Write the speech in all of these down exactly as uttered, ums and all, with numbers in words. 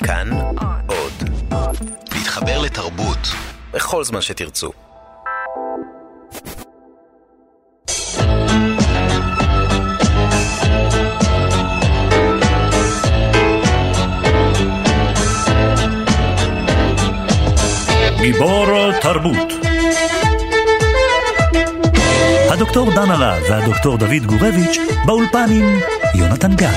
כאן עוד. להתחבר לתרבות בכל זמן שתרצו. גיבור תרבות. הדוקטור דן הרב והדוקטור דוד גורביץ' באולפן עם יונתן גת.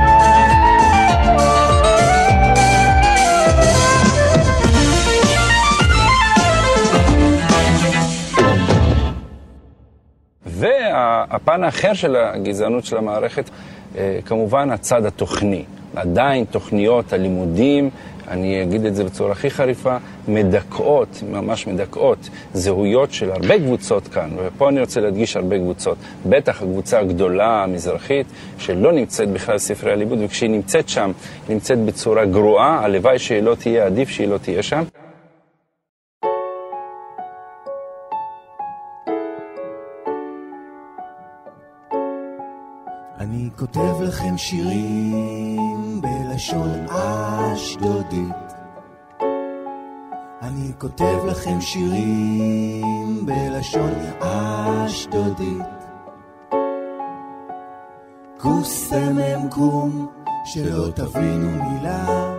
והפן האחר של הגזענות של המערכת, כמובן הצד התוכני. עדיין תוכניות הלימודים, אני אגיד את זה בצורה הכי חריפה, מדכאות, ממש מדכאות, זהויות של הרבה קבוצות כאן, ופה אני רוצה להדגיש הרבה קבוצות. בטח הקבוצה הגדולה, המזרחית, שלא נמצאת בכלל ספרי הלימוד, וכשהיא נמצאת שם, היא נמצאת בצורה גרועה, הלוואי שהיא לא תהיה, עדיף שהיא לא תהיה שם. אני כותב לכם שירים בלשון אשדודית. אני כותב לכם שירים בלשון אשדודית. קוסמם קום שלא תבינו מילה.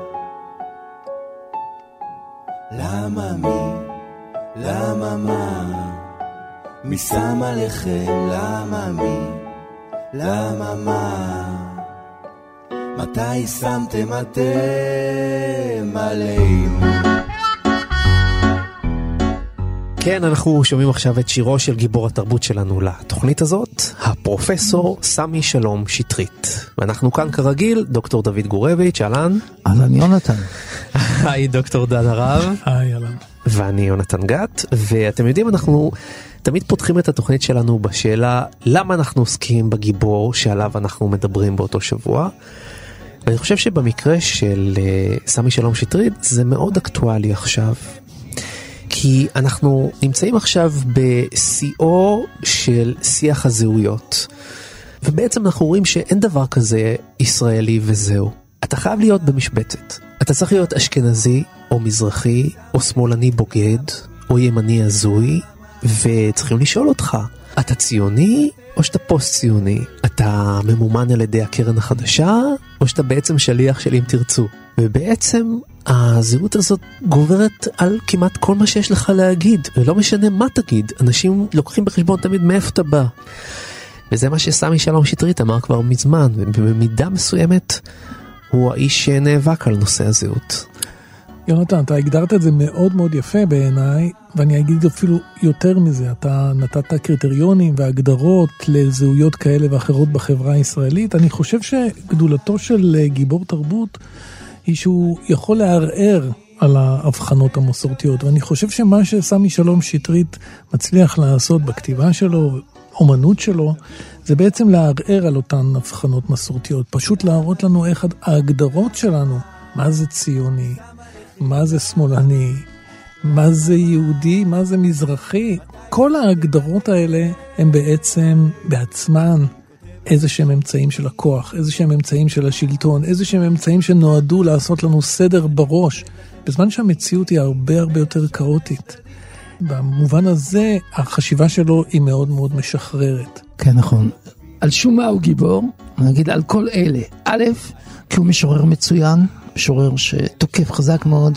למה מי? למה מה? מי שם עליכם? למה מי? למה מה? מתי שמתם אתם עלינו? כן, אנחנו שומעים עכשיו את שירו של גיבור התרבות שלנו לתוכנית הזאת, הפרופסור סמי שלום שטרית. ואנחנו כאן כרגיל, דוקטור דוד גורביץ', אהלן. אהלן יונתן. היי דוקטור דן הרב. היי אהלן. ואני יונתן גת, ואתם יודעים, אנחנו תמיד פותחים את התוכנית שלנו בשאלה למה אנחנו עוסקים בגיבור שעליו אנחנו מדברים באותו שבוע. ואני חושב שבמקרה של uh, סמי שלום שטרית זה מאוד אקטואלי עכשיו. כי אנחנו נמצאים עכשיו בשיאו של שיח הזהויות. ובעצם אנחנו רואים שאין דבר כזה ישראלי וזהו. אתה חייב להיות במשבצת. אתה צריך להיות אשכנזי או מזרחי או שמאלני בוגד או ימני הזוי. וצריכים לשאול אותך, אתה ציוני או שאתה פוסט ציוני? אתה ממומן על ידי הקרן החדשה או שאתה בעצם שליח של אם תרצו? ובעצם הזהות הזאת גוברת על כמעט כל מה שיש לך להגיד, ולא משנה מה תגיד, אנשים לוקחים בחשבון תמיד מאיפה אתה בא. וזה מה שסמי שלום שטרית אמר כבר מזמן, ובמידה מסוימת הוא האיש שנאבק על נושא הזהות. יונתן, אתה הגדרת את זה מאוד מאוד יפה בעיניי, ואני אגיד אפילו יותר מזה. אתה נתת קריטריונים והגדרות לזהויות כאלה ואחרות בחברה הישראלית. אני חושב שגדולתו של גיבור תרבות היא שהוא יכול לערער על ההבחנות המסורתיות, ואני חושב שמה שסמי שלום שטרית מצליח לעשות בכתיבה שלו, אומנות שלו, זה בעצם לערער על אותן הבחנות מסורתיות, פשוט להראות לנו איך ההגדרות שלנו, מה זה ציוני, מה זה שמאלני, מה זה יהודי, מה זה מזרחי. כל ההגדרות האלה הם בעצם בעצמן איזה שהם אמצעים של הכוח, איזה שהם אמצעים של השלטון, איזה שהם אמצעים שנועדו לעשות לנו סדר בראש, בזמן שהמציאות היא הרבה הרבה יותר כאוטית. במובן הזה החשיבה שלו היא מאוד מאוד משחררת. כן, נכון. על שום מה הוא גיבור? אני אגיד על כל אלה. א', כי הוא משורר מצוין, משורר שתוקף חזק מאוד.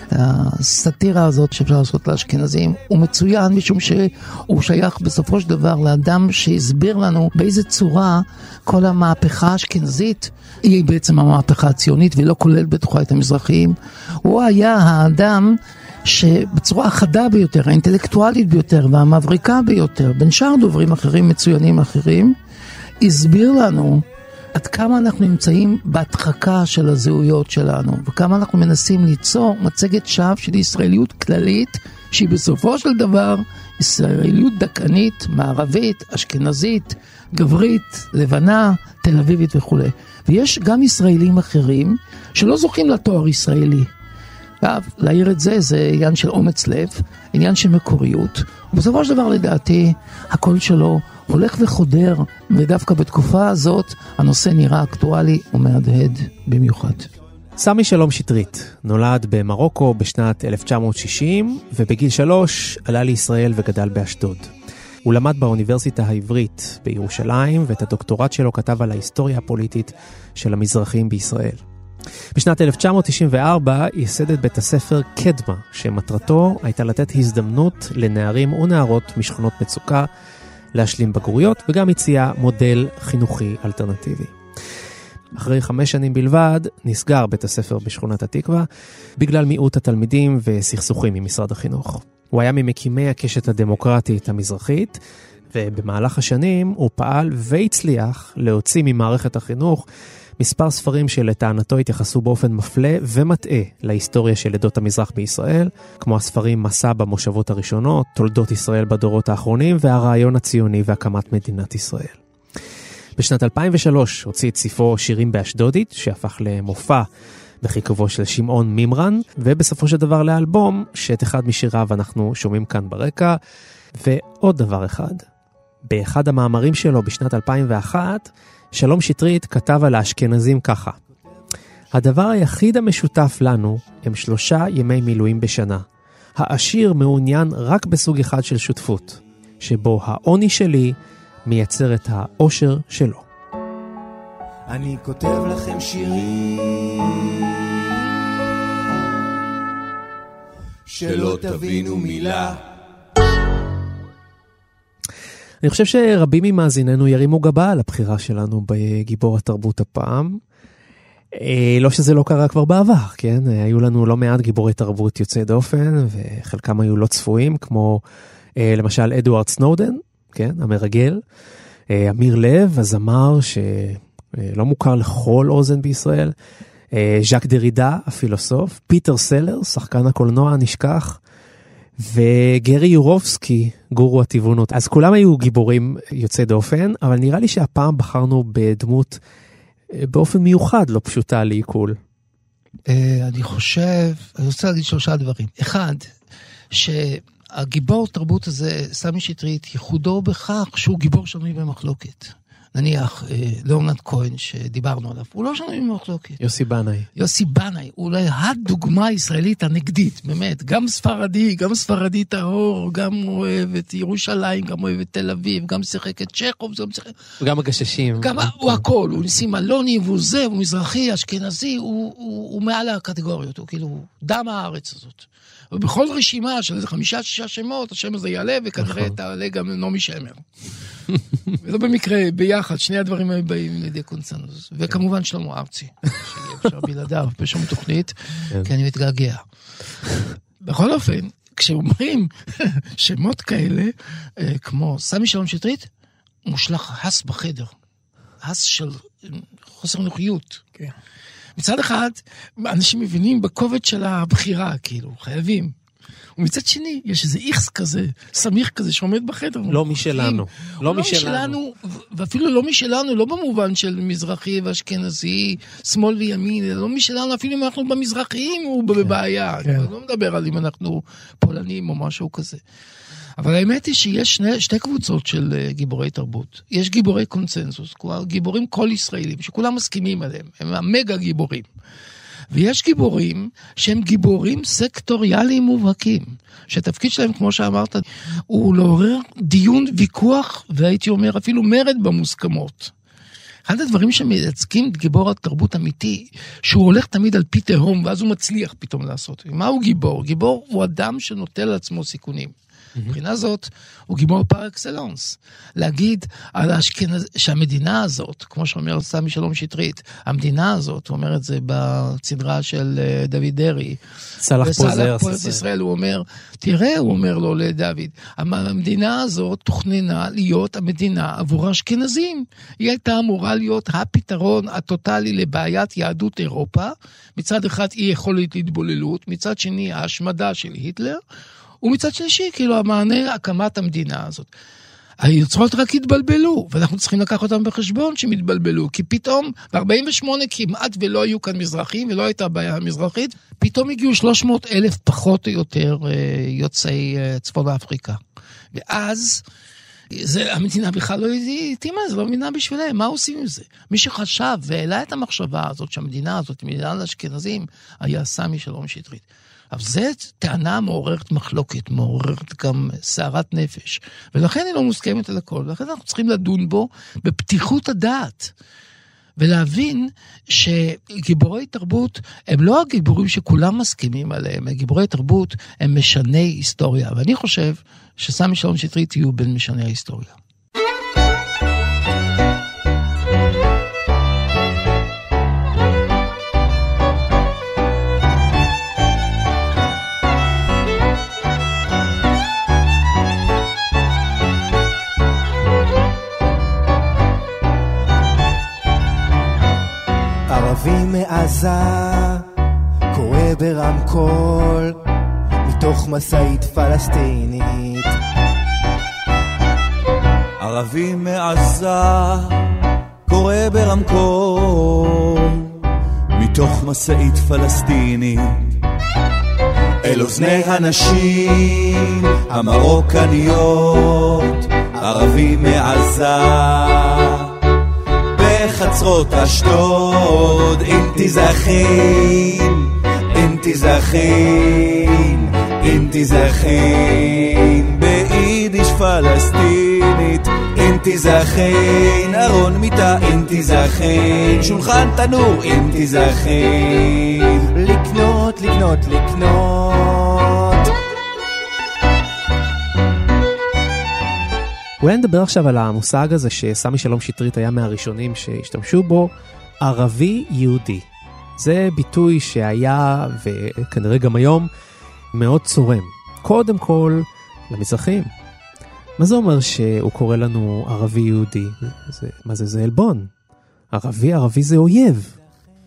הסאטירה הזאת שאפשר לעשות לאשכנזים הוא מצוין, משום שהוא שייך בסופו של דבר לאדם שהסביר לנו באיזה צורה כל המהפכה האשכנזית היא בעצם המהפכה הציונית, ולא כולל בתוכה את המזרחיים. הוא היה האדם שבצורה החדה ביותר, האינטלקטואלית ביותר והמבריקה ביותר, בין שאר דוברים אחרים מצוינים אחרים, הסביר לנו עד כמה אנחנו נמצאים בהדחקה של הזהויות שלנו, וכמה אנחנו מנסים ליצור מצגת שווא של ישראליות כללית, שהיא בסופו של דבר ישראליות דקנית, מערבית, אשכנזית, גברית, לבנה, תל אביבית וכו'. ויש גם ישראלים אחרים שלא זוכים לתואר ישראלי. להעיר את זה, זה עניין של אומץ לב, עניין של מקוריות, ובסופו של דבר לדעתי הקול שלו הולך וחודר, ודווקא בתקופה הזאת הנושא נראה אקטואלי ומהדהד במיוחד. סמי שלום שטרית נולד במרוקו בשנת אלף תשע מאות שישים, ובגיל שלוש עלה לישראל וגדל באשדוד. הוא למד באוניברסיטה העברית בירושלים, ואת הדוקטורט שלו כתב על ההיסטוריה הפוליטית של המזרחים בישראל. בשנת אלף תשע מאות תשעים וארבע ייסד את בית הספר קדמה, שמטרתו הייתה לתת הזדמנות לנערים ונערות משכונות מצוקה להשלים בגרויות, וגם הציע מודל חינוכי אלטרנטיבי. אחרי חמש שנים בלבד נסגר בית הספר בשכונת התקווה, בגלל מיעוט התלמידים וסכסוכים עם משרד החינוך. הוא היה ממקימי הקשת הדמוקרטית המזרחית, ובמהלך השנים הוא פעל והצליח להוציא ממערכת החינוך מספר ספרים שלטענתו התייחסו באופן מפלה ומטעה להיסטוריה של עדות המזרח בישראל, כמו הספרים מסע במושבות הראשונות, תולדות ישראל בדורות האחרונים, והרעיון הציוני והקמת מדינת ישראל. בשנת אלפיים ושלוש הוציא את ספרו שירים באשדודית, שהפך למופע בחיכובו של שמעון מימרן, ובסופו של דבר לאלבום, שאת אחד משיריו אנחנו שומעים כאן ברקע. ועוד דבר אחד, באחד המאמרים שלו בשנת אלפיים ואחת, שלום שטרית כתב על האשכנזים ככה: הדבר היחיד המשותף לנו הם שלושה ימי מילואים בשנה. העשיר מעוניין רק בסוג אחד של שותפות, שבו העוני שלי מייצר את העושר שלו. אני כותב לכם שירים שלא תבינו מילה. אני חושב שרבים ממאזיננו ירימו גבה על הבחירה שלנו בגיבור התרבות הפעם. לא שזה לא קרה כבר בעבר, כן? היו לנו לא מעט גיבורי תרבות יוצאי דופן, וחלקם היו לא צפויים, כמו למשל אדוארד סנודן, כן? המרגל. אמיר לב, הזמר שלא מוכר לכל אוזן בישראל. ז'אק דרידה, הפילוסוף. פיטר סלר, שחקן הקולנוע הנשכח. וגרי יורובסקי, גורו הטבעונות. אז כולם היו גיבורים יוצאי דופן, אבל נראה לי שהפעם בחרנו בדמות באופן מיוחד לא פשוטה לעיכול. אני חושב, אני רוצה להגיד שלושה דברים. אחד, שהגיבור תרבות הזה, סמי שטרית, ייחודו בכך שהוא גיבור שנוי במחלוקת. נניח, ליאונרד כהן שדיברנו עליו, הוא לא שנוי במחלוקת. יוסי בנאי. יוסי בנאי, הוא אולי הדוגמה הישראלית הנגדית, באמת, גם ספרדי, גם ספרדי טהור, גם אוהב את ירושלים, גם אוהב את תל אביב, גם שיחק את צ'כוב, גם שיחק... וגם הגששים. גם הוא הכל, הוא ניסים אלוני, והוא זה, הוא מזרחי, אשכנזי, הוא, הוא, הוא מעל הקטגוריות, הוא כאילו דם הארץ הזאת. ובכל רשימה של איזה חמישה, שישה שמות, השם הזה יעלה, וכנראה תעלה גם נעמי שמר. ולא במקרה, ביחד, שני הדברים האלה באים לידי קונצנזוס. וכמובן שלמה ארצי, שאי אפשר בלעדיו בשום תוכנית, כי אני מתגעגע. בכל אופן, כשאומרים שמות כאלה, כמו סמי שלום שטרית, מושלח הס בחדר. הס של חוסר נוחיות. כן. מצד אחד, אנשים מבינים בכובד של הבחירה, כאילו, חייבים. ומצד שני, יש איזה איכס כזה, סמיך כזה, שעומד בחדר. לא משלנו. לא משלנו, ואפילו לא משלנו, לא במובן של מזרחי ואשכנזי, שמאל וימין, לא משלנו, אפילו אם אנחנו במזרחיים, הוא בבעיה. אני לא מדבר על אם אנחנו פולנים או משהו כזה. אבל האמת היא שיש שני, שתי קבוצות של גיבורי תרבות. יש גיבורי קונצנזוס, גיבורים כל ישראלים, שכולם מסכימים עליהם, הם המגה גיבורים. ויש גיבורים שהם גיבורים סקטוריאליים מובהקים, שהתפקיד שלהם, כמו שאמרת, הוא לעורר דיון, ויכוח, והייתי אומר אפילו מרד במוסכמות. אחד הדברים שמייצגים גיבור התרבות אמיתי, שהוא הולך תמיד על פי תהום, ואז הוא מצליח פתאום לעשות. מה הוא גיבור? גיבור הוא אדם שנוטל על עצמו סיכונים. מבחינה זאת, הוא גיבור פר אקסלנס. להגיד על האשכנז... שהמדינה הזאת, כמו שאומר סמי שלום שטרית, המדינה הזאת, הוא אומר את זה בסדרה של דוד דרי, סלח פוזר, פוזר ישראל, הוא אומר, תראה, הוא אומר לו לדוד, המדינה הזאת תוכננה להיות המדינה עבור האשכנזים. היא הייתה אמורה להיות הפתרון הטוטלי לבעיית יהדות אירופה, מצד אחד היא יכולת להתבוללות, מצד שני ההשמדה של היטלר, ומצד שלישי, כאילו, המענה, הקמת המדינה הזאת. היוצרות רק התבלבלו, ואנחנו צריכים לקחת אותם בחשבון שהם התבלבלו, כי פתאום, ב-ארבעים ושמונה כמעט ולא היו כאן מזרחים, ולא הייתה בעיה מזרחית, פתאום הגיעו שלוש מאות אלף פחות או יותר יוצאי צפון אפריקה. ואז זה, המדינה בכלל לא התאימה, זה לא מדינה בשבילם, מה עושים עם זה? מי שחשב והעלה את המחשבה הזאת, שהמדינה הזאת, מדינה לאשכנזים, היה סמי שלום שטרית. אבל זו טענה מעוררת מחלוקת, מעוררת גם סערת נפש, ולכן היא לא מוסכמת על הכל, ולכן אנחנו צריכים לדון בו בפתיחות הדעת, ולהבין שגיבורי תרבות הם לא הגיבורים שכולם מסכימים עליהם, הגיבורי תרבות הם משני היסטוריה, ואני חושב שסמי שלום שטרית יהיו בין משני ההיסטוריה. ערבי מעזה קורא ברמקול מתוך מסעית פלסטינית. ערבי מעזה קורא ברמקול מתוך מסעית פלסטינית. אל אוזני הנשים המרוקניות ערבי מעזה בחצרות אשדוד אינתי זכין אינתי זכין אינתי זכין ביידיש פלסטינית אינתי זכין ארון מיטה אינתי זכין שולחן תנור אינתי זכין לקנות לקנות לקנות. אולי נדבר עכשיו על המושג הזה שסמי שלום שטרית היה מהראשונים שהשתמשו בו, ערבי יהודי. זה ביטוי שהיה, וכנראה גם היום, מאוד צורם. קודם כל, למזרחים. מה זה אומר שהוא קורא לנו ערבי יהודי? זה, מה זה? זה אלבון. ערבי, ערבי זה אויב.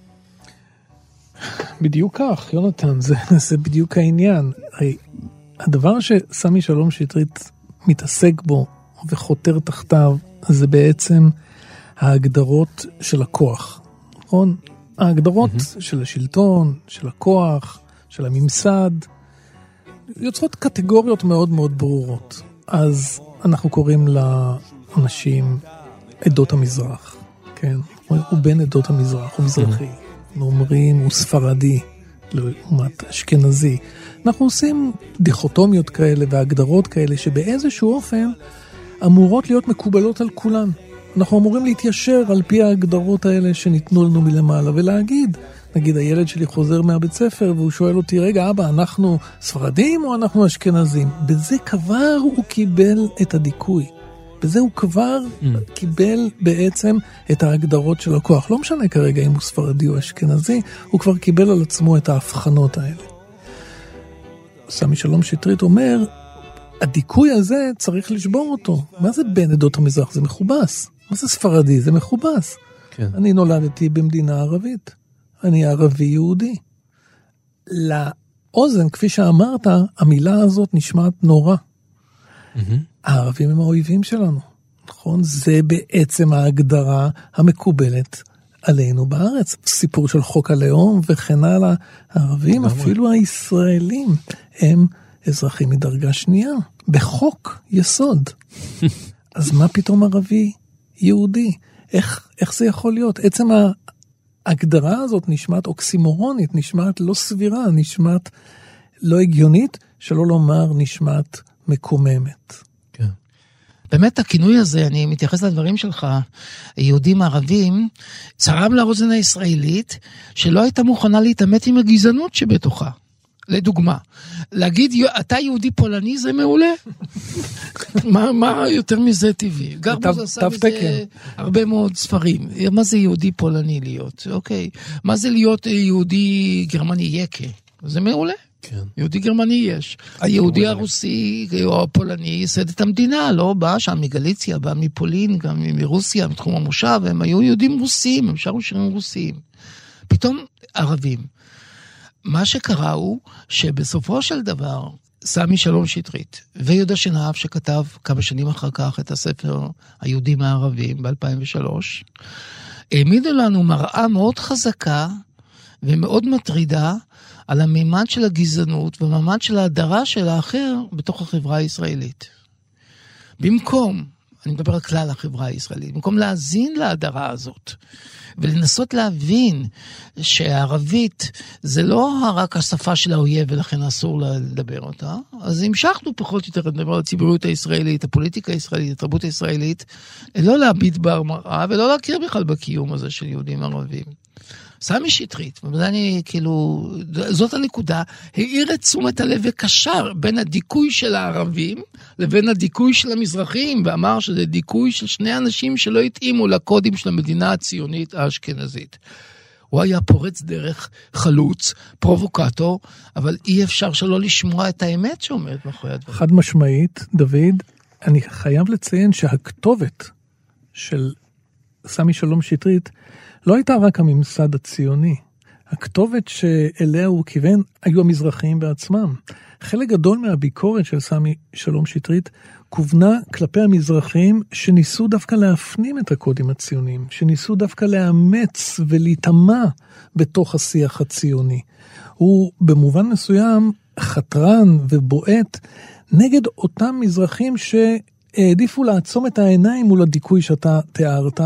בדיוק כך, יונתן, זה, זה בדיוק העניין. הדבר שסמי שלום שטרית מתעסק בו, וחותר תחתיו, זה בעצם ההגדרות של הכוח. נכון? ההגדרות mm-hmm. של השלטון, של הכוח, של הממסד, יוצרות קטגוריות מאוד מאוד ברורות. אז אנחנו קוראים לאנשים עדות המזרח. כן? הוא בין עדות המזרח, הוא מזרחי. אנחנו אומרים, הוא ספרדי, לעומת אשכנזי. אנחנו עושים דיכוטומיות כאלה והגדרות כאלה שבאיזשהו אופן אמורות להיות מקובלות על כולן. אנחנו אמורים להתיישר על פי ההגדרות האלה שניתנו לנו מלמעלה, ולהגיד, נגיד הילד שלי חוזר מהבית ספר, והוא שואל אותי, רגע אבא, אנחנו ספרדים או אנחנו אשכנזים? בזה כבר הוא קיבל את הדיכוי. בזה הוא כבר mm. קיבל בעצם את ההגדרות של הכוח. לא משנה כרגע אם הוא ספרדי או אשכנזי, הוא כבר קיבל על עצמו את ההבחנות האלה. סמי שלום שטרית אומר, הדיכוי הזה צריך לשבור אותו. מה זה בין עדות המזרח? זה מכובס. מה זה ספרדי? זה מכובס. כן. אני נולדתי במדינה ערבית. אני ערבי יהודי. לאוזן, כפי שאמרת, המילה הזאת נשמעת נורא. Mm-hmm. הערבים הם האויבים שלנו. נכון? זה בעצם ההגדרה המקובלת עלינו בארץ. סיפור של חוק הלאום וכן הלאה. הערבים, אפילו הישראלים, הם אזרחים מדרגה שנייה, בחוק יסוד. אז מה פתאום ערבי יהודי? איך, איך זה יכול להיות? עצם ההגדרה הזאת נשמעת אוקסימורונית, נשמעת לא סבירה, נשמעת לא הגיונית, שלא לומר נשמעת מקוממת. כן. באמת הכינוי הזה, אני מתייחס לדברים שלך, יהודים ערבים, צרם לאוזן הישראלית, שלא הייתה מוכנה להתאמת עם הגזענות שבתוכה. לדוגמה, להגיד, אתה יהודי פולני זה מעולה. מה, מה יותר מזה טבעי? גרבוז עשה מזה הרבה מאוד ספרים. מה זה יהודי פולני להיות? אוקיי. מה זה להיות יהודי גרמני יקה? זה מעולה. כן. יהודי גרמני יש. היהודי הרוסי או הפולני ייסד את המדינה, לא בא שם מגליציה, בא מפולין, גם מרוסיה, מתחום המושב, הם היו יהודים רוסים, הם שרו שירים רוסיים. פתאום ערבים. מה שקרה הוא שבסופו של דבר, סמי שלום שטרית ויהודה שנהב שכתב כמה שנים אחר כך את הספר היהודים הערבים ב-אלפיים ושלוש, העמידו לנו מראה מאוד חזקה ומאוד מטרידה על הממד של הגזענות והממד של ההדרה של האחר בתוך החברה הישראלית. במקום, אני מדבר על כלל החברה הישראלית, במקום להאזין להדרה הזאת, ולנסות להבין שהערבית זה לא רק השפה של האויב ולכן אסור לדבר אותה, אז המשכנו פחות או יותר לדבר על הציבוריות הישראלית, הפוליטיקה הישראלית, התרבות הישראלית, לא להביט במראה ולא להכיר בכלל בקיום הזה של יהודים ערבים. סמי שטרית, אני כאילו, זאת הנקודה, העיר את תשומת הלב וקשר בין הדיכוי של הערבים לבין הדיכוי של המזרחים, ואמר שזה דיכוי של שני אנשים שלא התאימו לקודים של המדינה הציונית האשכנזית. הוא היה פורץ דרך, חלוץ, פרובוקטור, אבל אי אפשר שלא לשמוע את האמת שעומדת מאחורי הדברים. חד משמעית, דוד, אני חייב לציין שהכתובת של סמי שלום שטרית לא הייתה רק הממסד הציוני. הכתובת שאליה הוא כיוון היו המזרחיים בעצמם. חלק גדול מהביקורת של סמי שלום שטרית כוונה כלפי המזרחים שניסו דווקא להפנים את הקודים הציוניים, שניסו דווקא לאמץ ולהתאמה בתוך השיח הציוני. הוא במובן מסוים חתרן ובועט נגד אותם מזרחים שהעדיפו לעצום את העיניים מול הדיכוי שאתה תיארת,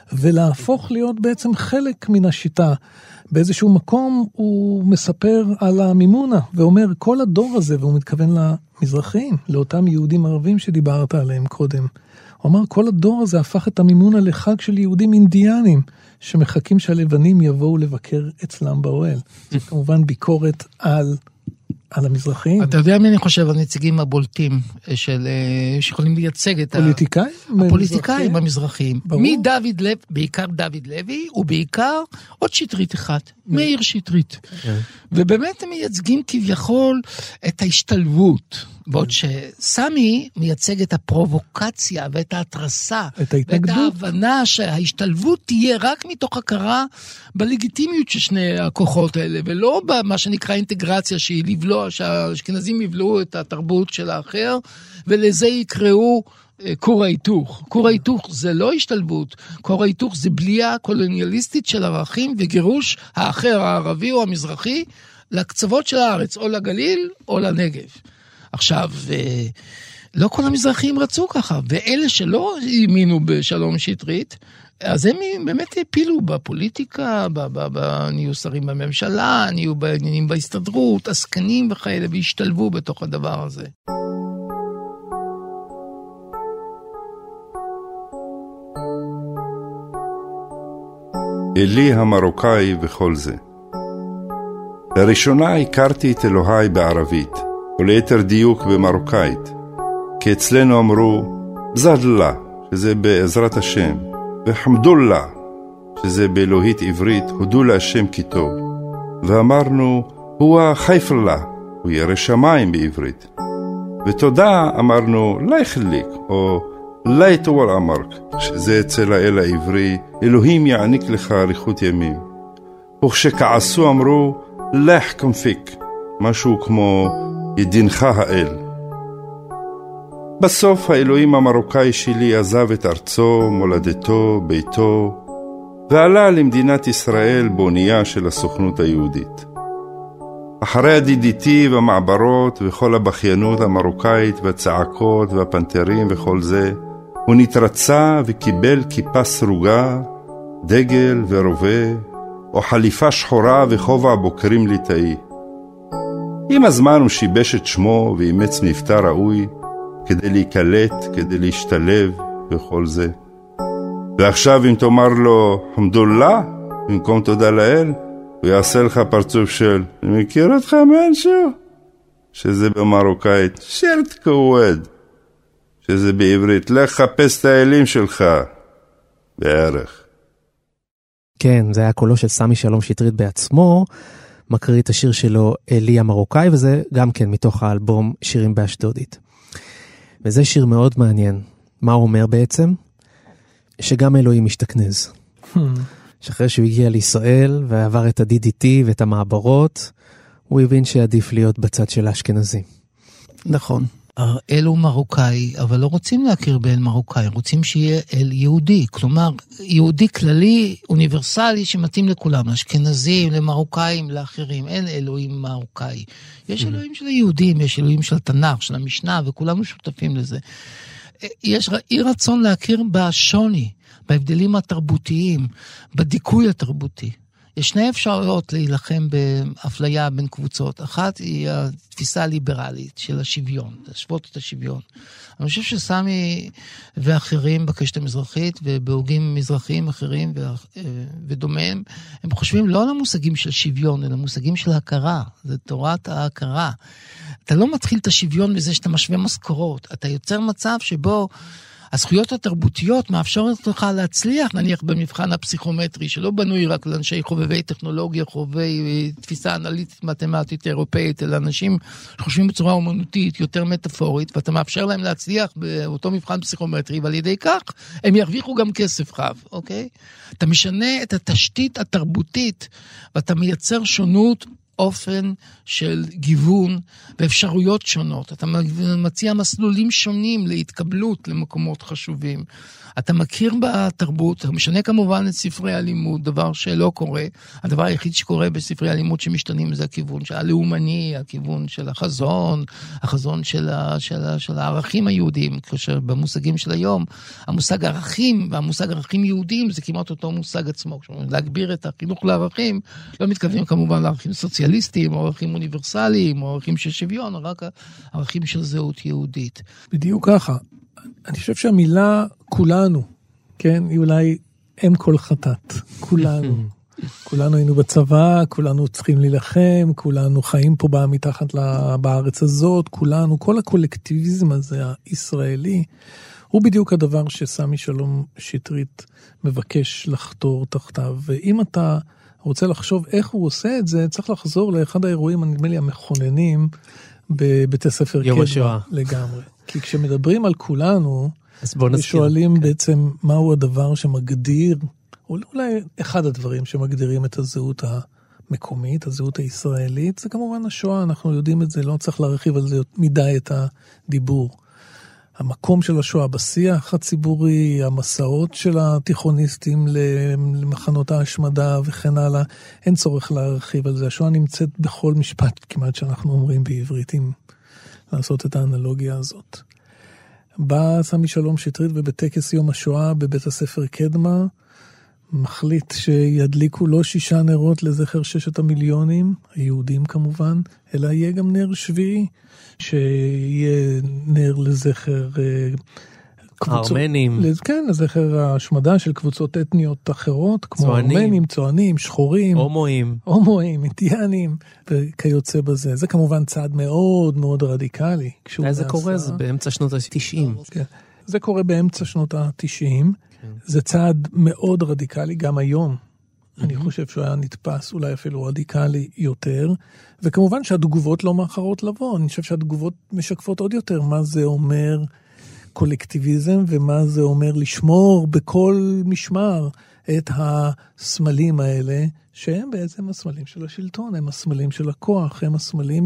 ולהפוך להיות בעצם חלק מן השיטה. באיזשהו מקום הוא מספר על המימונה, ואומר כל הדור הזה, והוא מתכוון למזרחים, לאותם יהודים ערבים שדיברת עליהם קודם. הוא אמר כל הדור הזה הפך את המימונה לחג של יהודים אינדיאנים, שמחכים שהלבנים יבואו לבקר אצלם באוהל. זו כמובן ביקורת על... על המזרחים. אתה יודע מי אני חושב, הנציגים הבולטים של, שיכולים לייצג את פוליטיקאים? הפוליטיקאים המזרחיים. מדוד לב, בעיקר דוד לוי, ובעיקר עוד שטרית אחת, מאיר שטרית. ובאמת הם מייצגים כביכול את ההשתלבות, בעוד שסמי מייצג את הפרובוקציה ואת ההתרסה, ואת ההבנה שההשתלבות תהיה רק מתוך הכרה בלגיטימיות של שני הכוחות האלה, ולא במה שנקרא אינטגרציה שהיא לבלוע, שהאשכנזים יבלעו את התרבות של האחר, ולזה יקראו כור ההיתוך. כור ההיתוך זה לא השתלבות, כור ההיתוך זה בליעה קולוניאליסטית של ערכים וגירוש האחר, הערבי או המזרחי, לקצוות של הארץ, או לגליל או לנגב. עכשיו, לא כל המזרחים רצו ככה, ואלה שלא האמינו בשלום שטרית, אז הם באמת הפילו בפוליטיקה, נהיו שרים בממשלה, נהיו בעניינים בהסתדרות, עסקנים וכאלה, והשתלבו בתוך הדבר הזה. אלי המרוקאי וכל זה. לראשונה הכרתי את אלוהי בערבית, וליתר דיוק במרוקאית, כי אצלנו אמרו בזדלה, שזה בעזרת השם, וחמדולה, שזה באלוהית עברית, הודו להשם כי טוב, ואמרנו הוא חייפלה, הוא ירא שמיים בעברית, ותודה אמרנו לי חליק, או לי טוול אמרק, שזה אצל האל העברי, אלוהים יעניק לך אריכות ימים, וכשכעסו אמרו לחכם פיק, משהו כמו ידינך האל. בסוף האלוהים המרוקאי שלי עזב את ארצו, מולדתו, ביתו, ועלה למדינת ישראל באונייה של הסוכנות היהודית. אחרי הדידיתי והמעברות וכל הבכיינות המרוקאית והצעקות והפנתרים וכל זה, הוא נתרצה וקיבל כיפה סרוגה, דגל ורובה, או חליפה שחורה וחובה בוקרים ליטאי. עם הזמן הוא שיבש את שמו ואימץ מבטא ראוי כדי להיקלט, כדי להשתלב וכל זה. ועכשיו אם תאמר לו חמדוללה במקום תודה לאל, הוא יעשה לך פרצוף של אני מכיר אותך משהו? שזה במרוקאית שרט כווד, שזה בעברית לך חפש את האלים שלך בערך. כן, זה היה קולו של סמי שלום שטרית בעצמו, מקריא את השיר שלו אלי המרוקאי, וזה גם כן מתוך האלבום שירים באשדודית. וזה שיר מאוד מעניין. מה הוא אומר בעצם? שגם אלוהים משתכנז. שאחרי שהוא הגיע לישראל ועבר את ה-די די טי ואת המעברות, הוא הבין שעדיף להיות בצד של האשכנזים. נכון. אל הוא מרוקאי, אבל לא רוצים להכיר באל מרוקאי, רוצים שיהיה אל יהודי, כלומר, יהודי כללי, אוניברסלי, שמתאים לכולם, לאשכנזים, למרוקאים, לאחרים, אין אלוהים מרוקאי. יש אלוהים של היהודים, יש אלוהים של התנ"ך, של המשנה, וכולנו שותפים לזה. יש אי רצון להכיר בשוני, בהבדלים התרבותיים, בדיכוי התרבותי. יש שני אפשרויות להילחם באפליה בין קבוצות. אחת היא התפיסה הליברלית של השוויון, להשוות את השוויון. אני חושב שסמי ואחרים בקשת המזרחית ובהוגים מזרחיים אחרים ודומיהם, הם חושבים לא על המושגים של שוויון, אלא מושגים של הכרה. זה תורת ההכרה. אתה לא מתחיל את השוויון בזה שאתה משווה משכורות. אתה יוצר מצב שבו הזכויות התרבותיות מאפשרות לך להצליח, נניח במבחן הפסיכומטרי, שלא בנוי רק לאנשי חובבי טכנולוגיה, חובבי תפיסה אנליטית מתמטית אירופאית, אלא אנשים שחושבים בצורה אומנותית, יותר מטאפורית, ואתה מאפשר להם להצליח באותו מבחן פסיכומטרי, ועל ידי כך הם ירוויחו גם כסף רב, אוקיי? אתה משנה את התשתית התרבותית, ואתה מייצר שונות, אופן של גיוון ואפשרויות שונות. אתה מציע מסלולים שונים להתקבלות למקומות חשובים. אתה מכיר בתרבות, אתה משנה כמובן את ספרי הלימוד, דבר שלא קורה. הדבר היחיד שקורה בספרי הלימוד שמשתנים זה הכיוון של הלאומני, הכיוון של החזון, החזון של, ה, של, ה, של הערכים היהודיים, כאשר במושגים של היום, המושג ערכים והמושג ערכים יהודיים זה כמעט אותו מושג עצמו. להגביר את החינוך לערכים, לא מתכוונים כמובן לערכים סוציאליסטיים, או ערכים אוניברסליים, או ערכים של שוויון, או רק ערכים של זהות יהודית. בדיוק ככה. אני חושב שהמילה כולנו, כן, היא אולי אם כל חטאת. כולנו. כולנו היינו בצבא, כולנו צריכים להילחם, כולנו חיים פה מתחת בארץ הזאת, כולנו, כל הקולקטיביזם הזה הישראלי, הוא בדיוק הדבר שסמי שלום שטרית מבקש לחתור תחתיו. ואם אתה רוצה לחשוב איך הוא עושה את זה, צריך לחזור לאחד האירועים, נדמה לי, המכוננים בבתי ספר קדמה לגמרי. כי כשמדברים על כולנו, ושואלים כן. בעצם מהו הדבר שמגדיר, או אולי אחד הדברים שמגדירים את הזהות המקומית, הזהות הישראלית, זה כמובן השואה, אנחנו יודעים את זה, לא צריך להרחיב על זה מדי את הדיבור. המקום של השואה בשיח הציבורי, המסעות של התיכוניסטים למחנות ההשמדה וכן הלאה, אין צורך להרחיב על זה. השואה נמצאת בכל משפט כמעט שאנחנו אומרים בעברית, אם לעשות את האנלוגיה הזאת. בא סמי שלום שטרית ובטקס יום השואה בבית הספר קדמה, מחליט שידליקו לא שישה נרות לזכר ששת המיליונים, היהודים כמובן, אלא יהיה גם נר שביעי, שיהיה נר לזכר קבוצות, הארמנים. כן, לזכר ההשמדה של קבוצות אתניות אחרות, כמו צוענים. ארמנים, צוענים, שחורים, הומואים, הומואים, אינדיאנים, וכיוצא בזה. זה כמובן צעד מאוד מאוד רדיקלי. זה קורה, זה באמצע שנות ה-תשעים. כן. זה קורה באמצע שנות ה-תשעים. זה צעד מאוד רדיקלי, גם היום. אני חושב שהוא היה נתפס אולי אפילו רדיקלי יותר, וכמובן שהתגובות לא מאחרות לבוא. אני חושב שהתגובות משקפות עוד יותר מה זה אומר קולקטיביזם, ומה זה אומר לשמור בכל משמר את הסמלים האלה, שהם בעצם הסמלים של השלטון, הם הסמלים של הכוח, הם הסמלים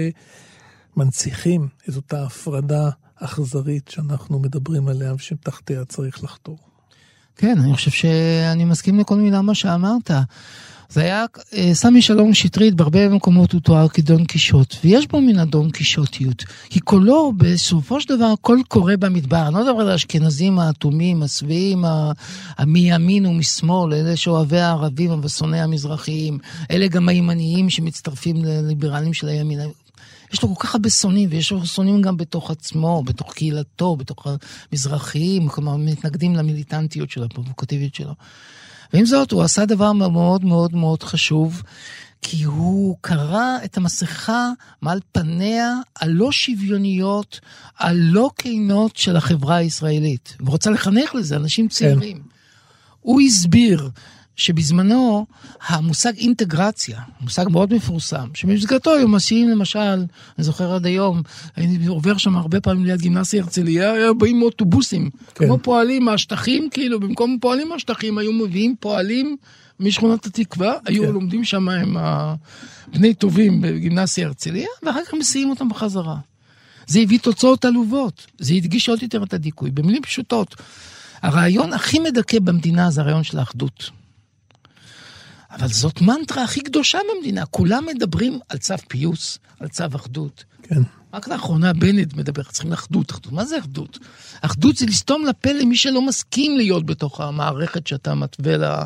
שמנציחים את אותה הפרדה אכזרית שאנחנו מדברים עליה, ושתחתיה צריך לחתור. כן, אני חושב שאני מסכים לכל מילה מה שאמרת. זה היה, סמי שלום שטרית בהרבה מקומות הוא תואר כדון קישוט, ויש בו מן הדון קישוטיות, כי קולו בסופו של דבר הכל קורה במדבר, אני לא מדבר על האשכנזים האטומים, השבעים, מימין ומשמאל, אלה שאוהבי הערבים ושונאי המזרחיים, אלה גם הימניים שמצטרפים לליברלים של הימין, יש לו כל כך הרבה שונאים, ויש לו שונאים גם בתוך עצמו, בתוך קהילתו, בתוך המזרחיים, כלומר מתנגדים למיליטנטיות שלו, הפרובוקטיביות שלו. ועם זאת, הוא עשה דבר מאוד מאוד מאוד חשוב, כי הוא קרא את המסכה מעל פניה הלא שוויוניות, הלא כינות של החברה הישראלית. ורוצה לחנך לזה, אנשים צעירים. כן. הוא הסביר שבזמנו המושג אינטגרציה, מושג מאוד מפורסם, שבמסגרתו היו מסיעים למשל, אני זוכר עד היום, אני עובר שם הרבה פעמים ליד גימנסיה הרצליה, היו באים אוטובוסים, כן. כמו פועלים מהשטחים, כאילו במקום פועלים מהשטחים, היו מביאים פועלים משכונת התקווה, כן. היו לומדים שם עם בני טובים בגימנסיה הרצליה, ואחר כך מסיעים אותם בחזרה. זה הביא תוצאות עלובות, זה הדגיש עוד יותר את הדיכוי, במילים פשוטות. הרעיון הכי מדכא במדינה זה הרעיון של האחדות. אבל זאת מנטרה הכי קדושה במדינה. כולם מדברים על צו פיוס, על צו אחדות. כן. רק לאחרונה בנט מדבר, צריכים אחדות, אחדות. מה זה אחדות? אחדות זה לסתום לפה למי שלא מסכים להיות בתוך המערכת שאתה מתווה לה,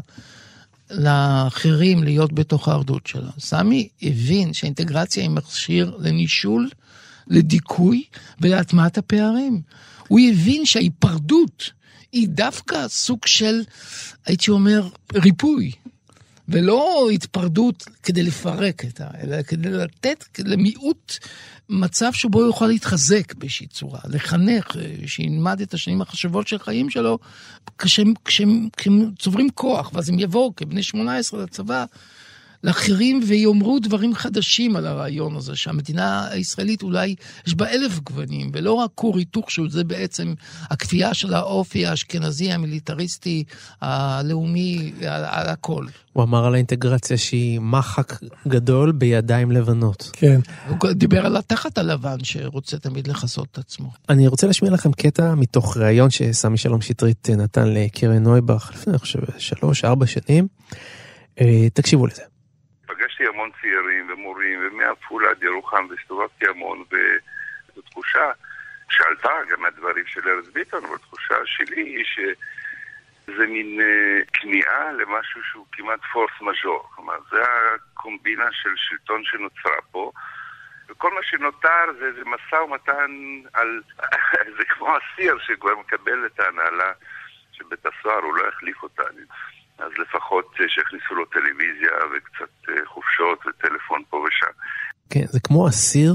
לאחרים להיות בתוך האחדות שלה. סמי הבין שהאינטגרציה היא מכשיר לנישול, לדיכוי ולהטמעת הפערים. הוא הבין שההיפרדות היא דווקא סוג של, הייתי אומר, ריפוי. ולא התפרדות כדי לפרק אותה, אלא כדי לתת למיעוט מצב שבו הוא יוכל להתחזק באיזושהי צורה, לחנך, שילמד את השנים החשובות של חיים שלו, כשהם, כשהם, כשהם צוברים כוח, ואז הם יבואו כבני שמונה עשרה לצבא, לאחרים ויאמרו דברים חדשים על הרעיון הזה, שהמדינה הישראלית אולי יש בה אלף גוונים, ולא רק כור היתוך שזה בעצם הכפייה של האופי האשכנזי, המיליטריסטי, הלאומי, על, על הכל. הוא אמר על האינטגרציה שהיא מחק גדול בידיים לבנות. כן. הוא דיבר על התחת הלבן שרוצה תמיד לחסות את עצמו. אני רוצה להשמיע לכם קטע מתוך ראיון שסמי שלום שטרית נתן לקרן נויבך לפני, אני חושב, שלוש, ארבע שנים. תקשיבו לזה. פגשתי המון צעירים ומורים, ומעפולה עד ירוחם, והסתובבתי המון, וזו תחושה שעלתה גם מהדברים של ארז ביטון, אבל תחושה שלי היא שזה מין כניעה למשהו שהוא כמעט פורס מז'ור. כלומר, זה הקומבינה של שלטון שנוצרה פה, וכל מה שנותר זה, זה מסע ומתן על... זה כמו אסיר שכבר מקבל את ההנהלה של בית הסוהר, הוא לא יחליף אותה. אז לפחות שהכניסו לו טלוויזיה וקצת חופשות וטלפון פה ושם. כן, זה כמו אסיר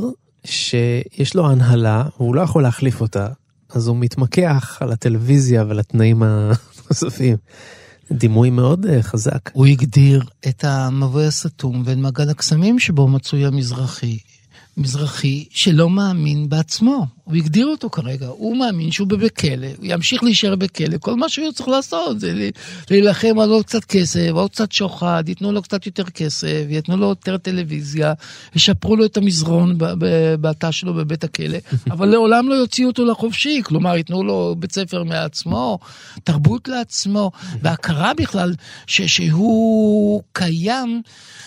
שיש לו הנהלה, והוא לא יכול להחליף אותה, אז הוא מתמקח על הטלוויזיה ולתנאים הנוספים. דימוי מאוד חזק. הוא הגדיר את המבוי הסתום ואת מעגל הקסמים שבו מצוי המזרחי. מזרחי שלא מאמין בעצמו. הוא הגדיר אותו כרגע. הוא מאמין שהוא בכלא. הוא ימשיך להישאר בכלא. כל מה שהוא צריך לעשות זה להילחם על עוד קצת כסף, עוד קצת שוחד, ייתנו לו קצת יותר כסף, ייתנו לו יותר טלוויזיה, ישפרו לו את המזרון בתא שלו בבית הכלא, אבל לעולם לא יוציאו אותו לחופשי. כלומר, ייתנו לו בית ספר מעצמו, תרבות לעצמו, והכרה בכלל שהוא קיים,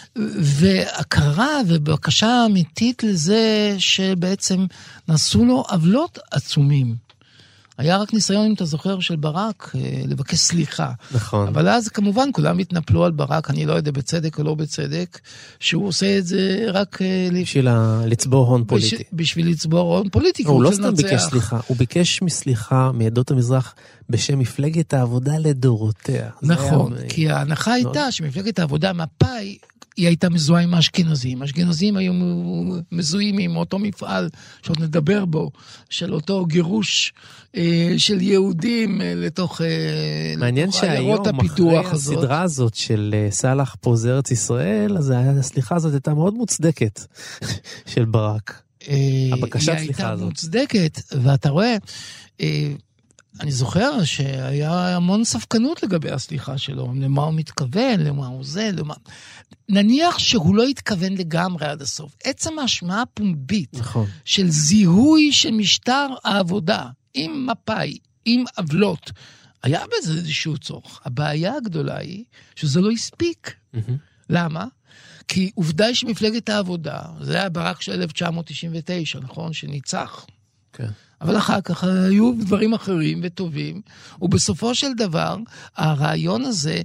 והכרה ובקשה אמיתית לזה שבעצם נעשו לו עוולות עצומים. היה רק ניסיון, אם אתה זוכר, של ברק, לבקש סליחה. נכון. אבל אז כמובן כולם התנפלו על ברק, אני לא יודע בצדק או לא בצדק, שהוא עושה את זה רק... בשביל לצבור הון פוליטי. בשביל לצבור הון פוליטי. הוא לא סתם ביקש סליחה, הוא ביקש מסליחה מעדות המזרח בשם מפלגת העבודה לדורותיה. נכון, כי ההנחה הייתה שמפלגת העבודה מפאי, היא הייתה מזוהה עם האשכנזים. האשכנזים היו מזוהים עם אותו מפעל שעוד נדבר בו, של אותו גירוש אה, של יהודים אה, לתוך מעניין שהיום, אחרי הסדרה הזאת של אה, סלח פה זה ארץ ישראל, אז הסליחה הזאת הייתה מאוד מוצדקת של ברק. אה, הבקשת סליחה הזאת. היא הייתה מוצדקת, ואתה רואה... אה, אני זוכר שהיה המון ספקנות לגבי הסליחה שלו, למה הוא מתכוון, למה הוא זה, למה... נניח שהוא לא התכוון לגמרי עד הסוף. עצם ההשמעה הפומבית נכון. של זיהוי של משטר העבודה, עם מפאי, עם עוולות, היה בזה איזשהו צורך. הבעיה הגדולה היא שזה לא הספיק. Mm-hmm. למה? כי עובדה היא שמפלגת העבודה, זה היה ברק של אלף תשע מאות תשעים ותשע, נכון? שניצח. כן. אבל אחר כך היו דברים אחרים וטובים, ובסופו של דבר, הרעיון הזה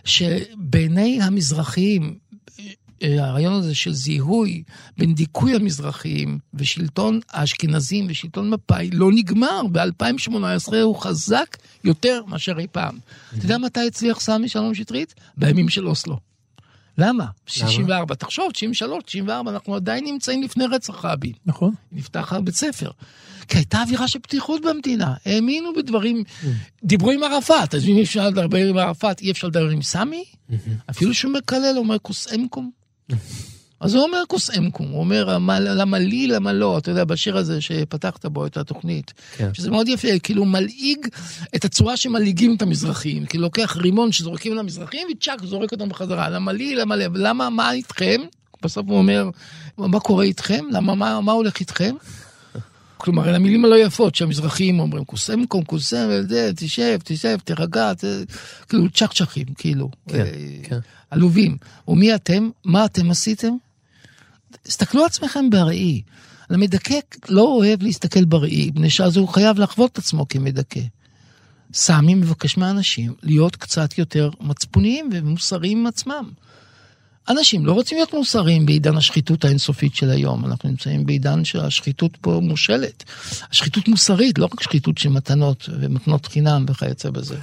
שבעיני המזרחיים, הרעיון הזה של זיהוי בין דיכוי המזרחיים ושלטון האשכנזים ושלטון מפאי לא נגמר. ב-אלפיים שמונה עשרה הוא חזק יותר מאשר אי פעם. אתה יודע מתי הצליח סמי שלום שטרית? בימים של אוסלו. למה? שישים וארבע, תחשוב, תשעים ושלוש, תשעים וארבע, אנחנו עדיין נמצאים לפני רצח רבין. נכון. נפתח בית ספר. כי הייתה אווירה של פתיחות במדינה. האמינו בדברים, דיברו עם ערפאת, אז אם אפשר לדבר עם ערפאת, אי אפשר לדבר עם סמי? אפילו שהוא מקלל, הוא אומר כוס אמקום. אז הוא אומר כוס אמקום, הוא אומר למה לי, למה לא, אתה יודע, בשיר הזה שפתחת בו את התוכנית, שזה מאוד יפה, כאילו מלעיג את הצורה שמלעיגים את המזרחים, כאילו לוקח רימון שזורקים למזרחים, וצ'ק זורק אותם בחזרה, למה לי, למה לי, למה, מה איתכם? בסוף הוא אומר, מה קורה איתכם? למה, מה, מה הולך איתכם? כלומר, אלה המילים הלא יפות שהמזרחים אומרים, קוסם קום, קוסם, תשב, תשב, תרגע, כאילו צ'חצ'חים, כאילו, עלובים. ומי אתם? מה אתם עשיתם? הסתכלו עצמכם בראי. המדכא לא אוהב להסתכל בראי, בני שאז הוא חייב לחוות את עצמו כמדכא. סמי מבקש מהאנשים להיות קצת יותר מצפוניים ומוסריים עם עצמם. אנשים לא רוצים להיות מוסריים בעידן השחיתות האינסופית של היום. אנחנו נמצאים בעידן שהשחיתות פה מושלת. השחיתות מוסרית, לא רק שחיתות של מתנות ומתנות חינם וכיוצא בזה.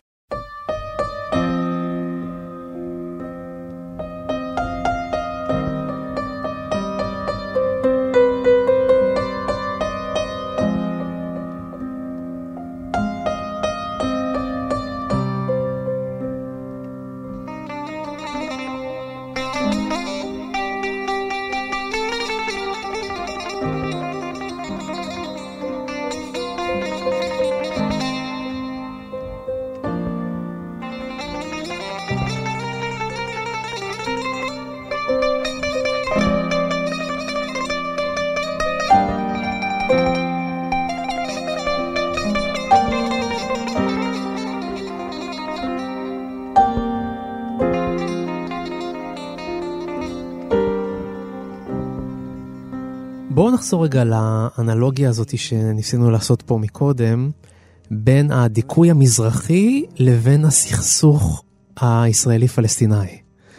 בואו נחזור רגע לאנלוגיה הזאת שניסינו לעשות פה מקודם, בין הדיכוי המזרחי לבין הסכסוך הישראלי-פלסטיני.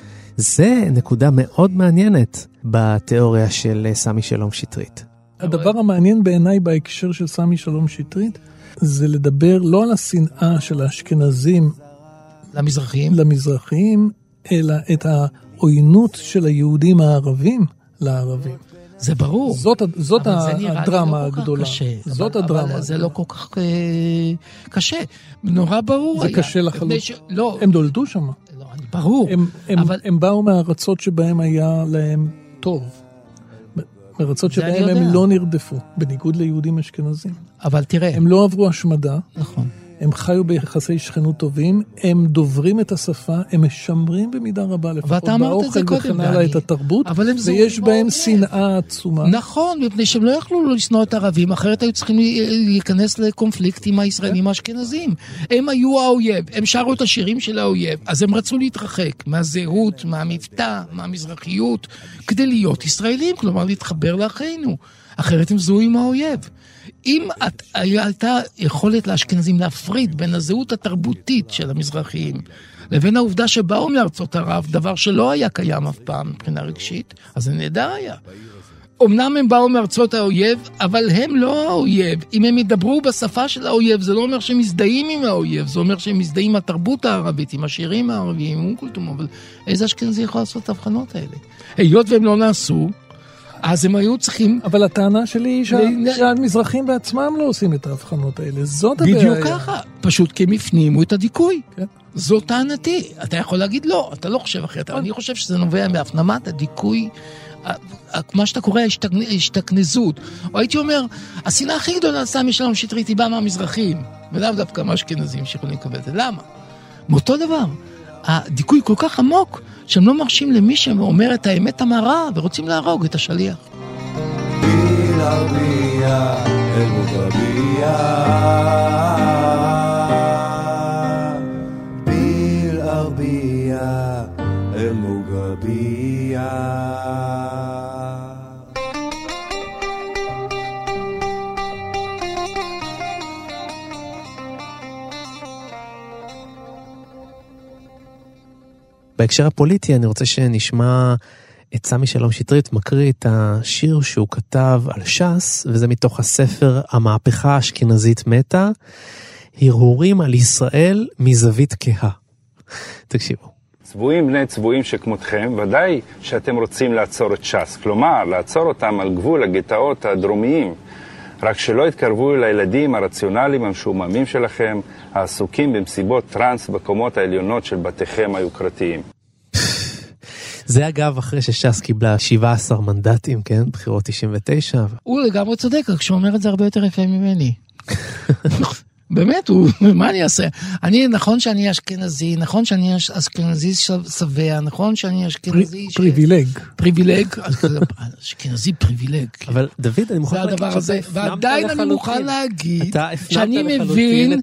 זה נקודה מאוד מעניינת בתיאוריה של סמי שלום שטרית. הדבר המעניין בעיניי בהקשר של סמי שלום שטרית, זה לדבר לא על השנאה של האשכנזים למזרחים, למזרחים, אלא את העוינות של היהודים הערבים לערבים. זה ברור. זאת, זאת הדרמה לא הגדולה. קשה, זאת אבל, הדרמה. אבל זה לא כל כך קשה. נורא ברור זה היה. קשה לחלוטין. ש... לא. הם דולדו שם. לא, ברור. הם, הם, אבל... הם באו מהארצות שבהם היה להם טוב. מארצות שבהם הם לא נרדפו, בניגוד ליהודים אשכנזים. אבל תראה. הם לא עברו השמדה. נכון. הם חיו ביחסי שכנות טובים, הם דוברים את השפה, הם משמרים במידה רבה לפחות באוכל וכן הלאה את התרבות, ויש בהם שנאה עצומה. נכון, מפני שהם לא יכלו לשנוא את הערבים, אחרת היו צריכים להיכנס לקונפליקט עם הישראלים האשכנזים. הם היו האויב, הם שרו את השירים של האויב, אז הם רצו להתרחק מהזהות, מהמבטא, מהמזרחיות, כדי להיות ישראלים, כלומר להתחבר לאחינו. אחרת הם זוהו עם האויב. אם את, הייתה יכולת לאשכנזים להפריד בין הזהות התרבותית של המזרחיים לבין העובדה שבאו מארצות ערב, דבר שלא היה קיים אף פעם מבחינה רגשית, אז זה נהדר היה. אמנם הם באו מארצות האויב, אבל הם לא האויב. אם הם ידברו בשפה של האויב, זה לא אומר שהם מזדהים עם האויב, זה אומר שהם מזדהים עם התרבות הערבית, עם השירים הערביים, עם אונקולטום, אבל איזה אשכנזי יכול לעשות את ההבחנות האלה? היות והם לא נעשו, אז הם היו צריכים... אבל הטענה שלי היא שהמזרחים בעצמם לא עושים את ההבחנות האלה. זאת הבעיה. בדיוק ככה. פשוט כי הם הפנימו את הדיכוי. זאת טענתי. אתה יכול להגיד לא, אתה לא חושב אחרת. אני חושב שזה נובע מהפנמת הדיכוי, מה שאתה קורא השתכנזות. או הייתי אומר, השנאה הכי גדולה על סמי שלום שטרית היא באה מהמזרחים, ולאו דווקא מהאשכנזים שיכולים לקבל את זה. למה? מאותו דבר. הדיכוי כל כך עמוק, שהם לא מרשים למי שאומר את האמת המרה, ורוצים להרוג את השליח. bil arbiya el mugabiya bil arbiya el mugabiya. בהקשר הפוליטי אני רוצה שנשמע את סמי שלום שטרית מקריא את השיר שהוא כתב על ש"ס, וזה מתוך הספר המהפכה האשכנזית מתה, הרהורים על ישראל מזווית כהה. תקשיבו. צבועים בני צבועים שכמותכם, ודאי שאתם רוצים לעצור את ש"ס, כלומר לעצור אותם על גבול הגטאות הדרומיים, רק שלא יתקרבו לילדים הרציונליים המשוממים שלכם, העסוקים במסיבות טרנס בקומות העליונות של בתיכם היוקרתיים. זה אגב אחרי שש"ס קיבלה שבעה עשר מנדטים, כן? בחירות תשעים ותשע. הוא לגמרי צודק, רק שהוא אומר את זה הרבה יותר יפה ממני. באמת, הוא, מה אני אעשה? אני, נכון שאני אשכנזי, נכון שאני אשכנזי שבע, נכון שאני אשכנזי... פריבילג. פריבילג, אשכנזי פריבילג. אבל דוד, אני מוכן להגיד שזה, ועדיין אני מוכן להגיד, שאני מבין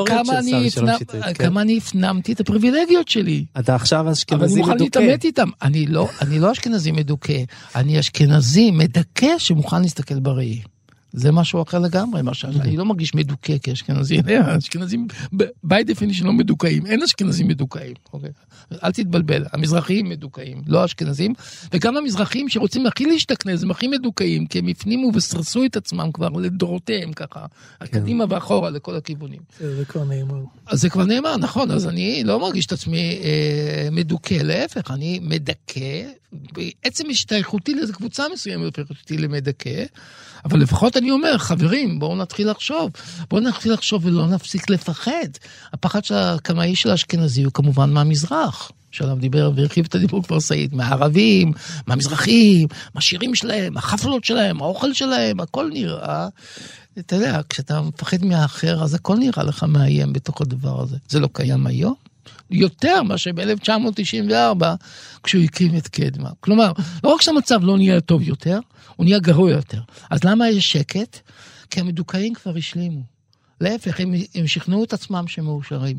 כמה אני הפנמתי את הפריבילגיות שלי. אתה עכשיו אשכנזי מדוכא. אבל אני מוכן להתאמת איתם. אני לא אשכנזי מדוכא, אני אשכנזי מדכא שמוכן להסתכל בראי. זה משהו אחר לגמרי, אני לא מרגיש מדוכא כאשכנזי, אשכנזים by definition לא מדוכאים, אין אשכנזים מדוכאים, אל תתבלבל, המזרחיים מדוכאים, לא אשכנזים, וגם המזרחיים שרוצים הכי להשתכנז, הם הכי מדוכאים, כי הם הפנימו וסרסו את עצמם כבר לדורותיהם ככה, קדימה ואחורה לכל הכיוונים. זה כבר נאמר. אז זה כבר נאמר, נכון, אז אני לא מרגיש את עצמי מדוכא, להפך, אני מדכא, בעצם השתייכותי לאיזו קבוצה מסוימת, הופכת אותי למדכא, אבל לפחות אני אומר, חברים, בואו נתחיל לחשוב, בואו נתחיל לחשוב ולא נפסיק לפחד. הפחד של הקמאי של האשכנזי הוא כמובן מהמזרח, שעליו דיבר והרחיב את הדיבור כבר סעיד, מהערבים, מהמזרחים, מהשירים שלהם, החפלות שלהם, האוכל שלהם, הכל נראה, אתה יודע, כשאתה מפחד מהאחר, אז הכל נראה לך מאיים בתוך הדבר הזה. זה לא קיים היום? יותר מה שב-אלף תשע מאות תשעים וארבע, כשהוא הקים את קדמה. כלומר, לא רק שהמצב לא נהיה טוב יותר, הוא נהיה גרוע יותר. אז למה יש שקט? כי המדוכאים כבר השלימו. להפך, הם, הם שכנעו את עצמם שמאושרים.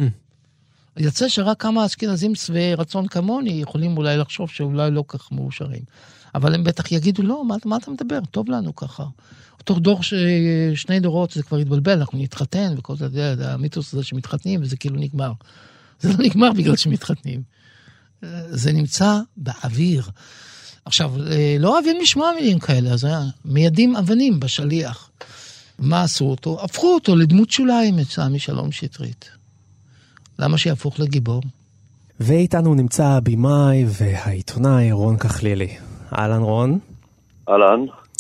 יצא שרק כמה אשכנזים שבעי רצון כמוני, יכולים אולי לחשוב שאולי לא כך מאושרים. אבל הם בטח יגידו, לא, מה, מה אתה מדבר? טוב לנו ככה. תוך דור ש... שני דורות זה כבר יתבלבל, אנחנו נתחתן, וכל זה, זה המיתוס הזה שמתחתנים, וזה כאילו נגמר. זה לא נגמר בגלל שמתחתנים. זה נמצא באוויר. עכשיו, לא אוהבים לשמוע מילים כאלה, אז מיידים אבנים בשליח. מה עשו אותו? הפכו אותו לדמות שוליים את סמי שלום שטרית. למה שיהפוך לגיבור? ואיתנו נמצא הבימאי והעיתונאי רון כחלילי. אהלן רון. אהלן.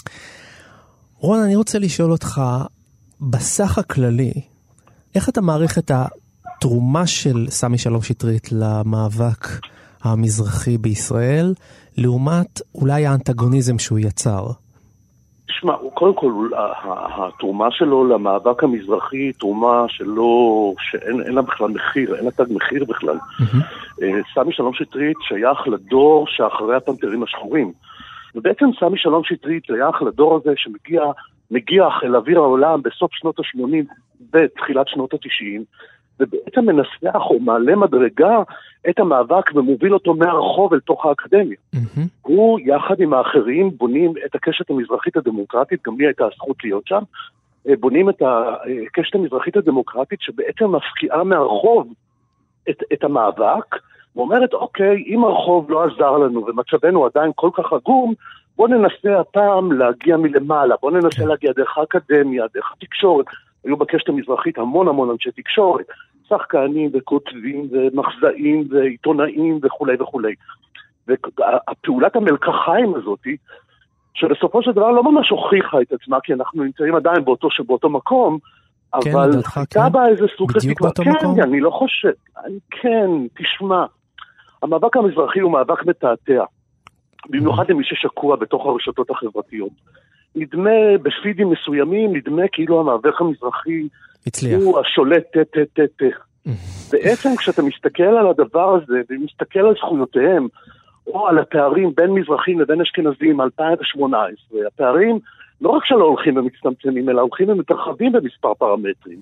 רון, אני רוצה לשאול אותך, בסך הכללי, איך אתה מעריך את התרומה של סמי שלום שטרית למאבק המזרחי בישראל, לעומת אולי האנטגוניזם שהוא יצר? תשמע, קודם כל, התרומה שלו למאבק המזרחי היא תרומה שלא, שאין לה בכלל מחיר, אין לה תג מחיר בכלל. סמי שלום שטרית שייך לדור שאחרי הפנתרים השחורים. ובעצם סמי שלום שטרית שייך לדור הזה שמגיע מגיח אל אוויר העולם בסוף שנות ה-שמונים בתחילת שנות ה-תשעים, ובעצם מנסח או מעלה מדרגה את המאבק ומוביל אותו מהרחוב אל תוך האקדמיה. Mm-hmm. הוא יחד עם האחרים בונים את הקשת המזרחית הדמוקרטית, גם לי הייתה הזכות להיות שם, בונים את הקשת המזרחית הדמוקרטית שבעצם מפקיעה מהרחוב את, את המאבק, ואומרת, אוקיי, אם הרחוב לא עזר לנו ומצבנו עדיין כל כך עגום, בוא ננסה הפעם להגיע מלמעלה, בוא ננסה okay. להגיע דרך האקדמיה, דרך התקשורת. היו בקשת המזרחית המון המון אנשי תקשורת, שחקנים וכותבים ומחזאים ועיתונאים וכו' וכו'. והפעולת המלקחיים הזאת, שבסופו של דבר לא ממש הוכיחה את עצמה, כי אנחנו נמצאים עדיין באותו, באותו מקום, כן, אבל הייתה בה איזה סוג בדיוק לתקווה. באותו כן, מקום? אני לא חושב, כן, תשמע, המאבק המזרחי הוא מאבק מתעתע, במיוחד למי ששקוע בתוך הרשתות החברתיות. נדמה, בפידים מסוימים, נדמה כאילו המאבק המזרחי הצליח. הוא השולט תת-תת-תת. בעצם כשאתה מסתכל על הדבר הזה, ומסתכל על זכויותיהם, או על הפערים בין מזרחים לבין אשכנזים אלפיים שמונה עשרה, הפערים לא רק שלא הולכים ומצטמצמים, אלא הולכים ומתרחבים במספר פרמטרים.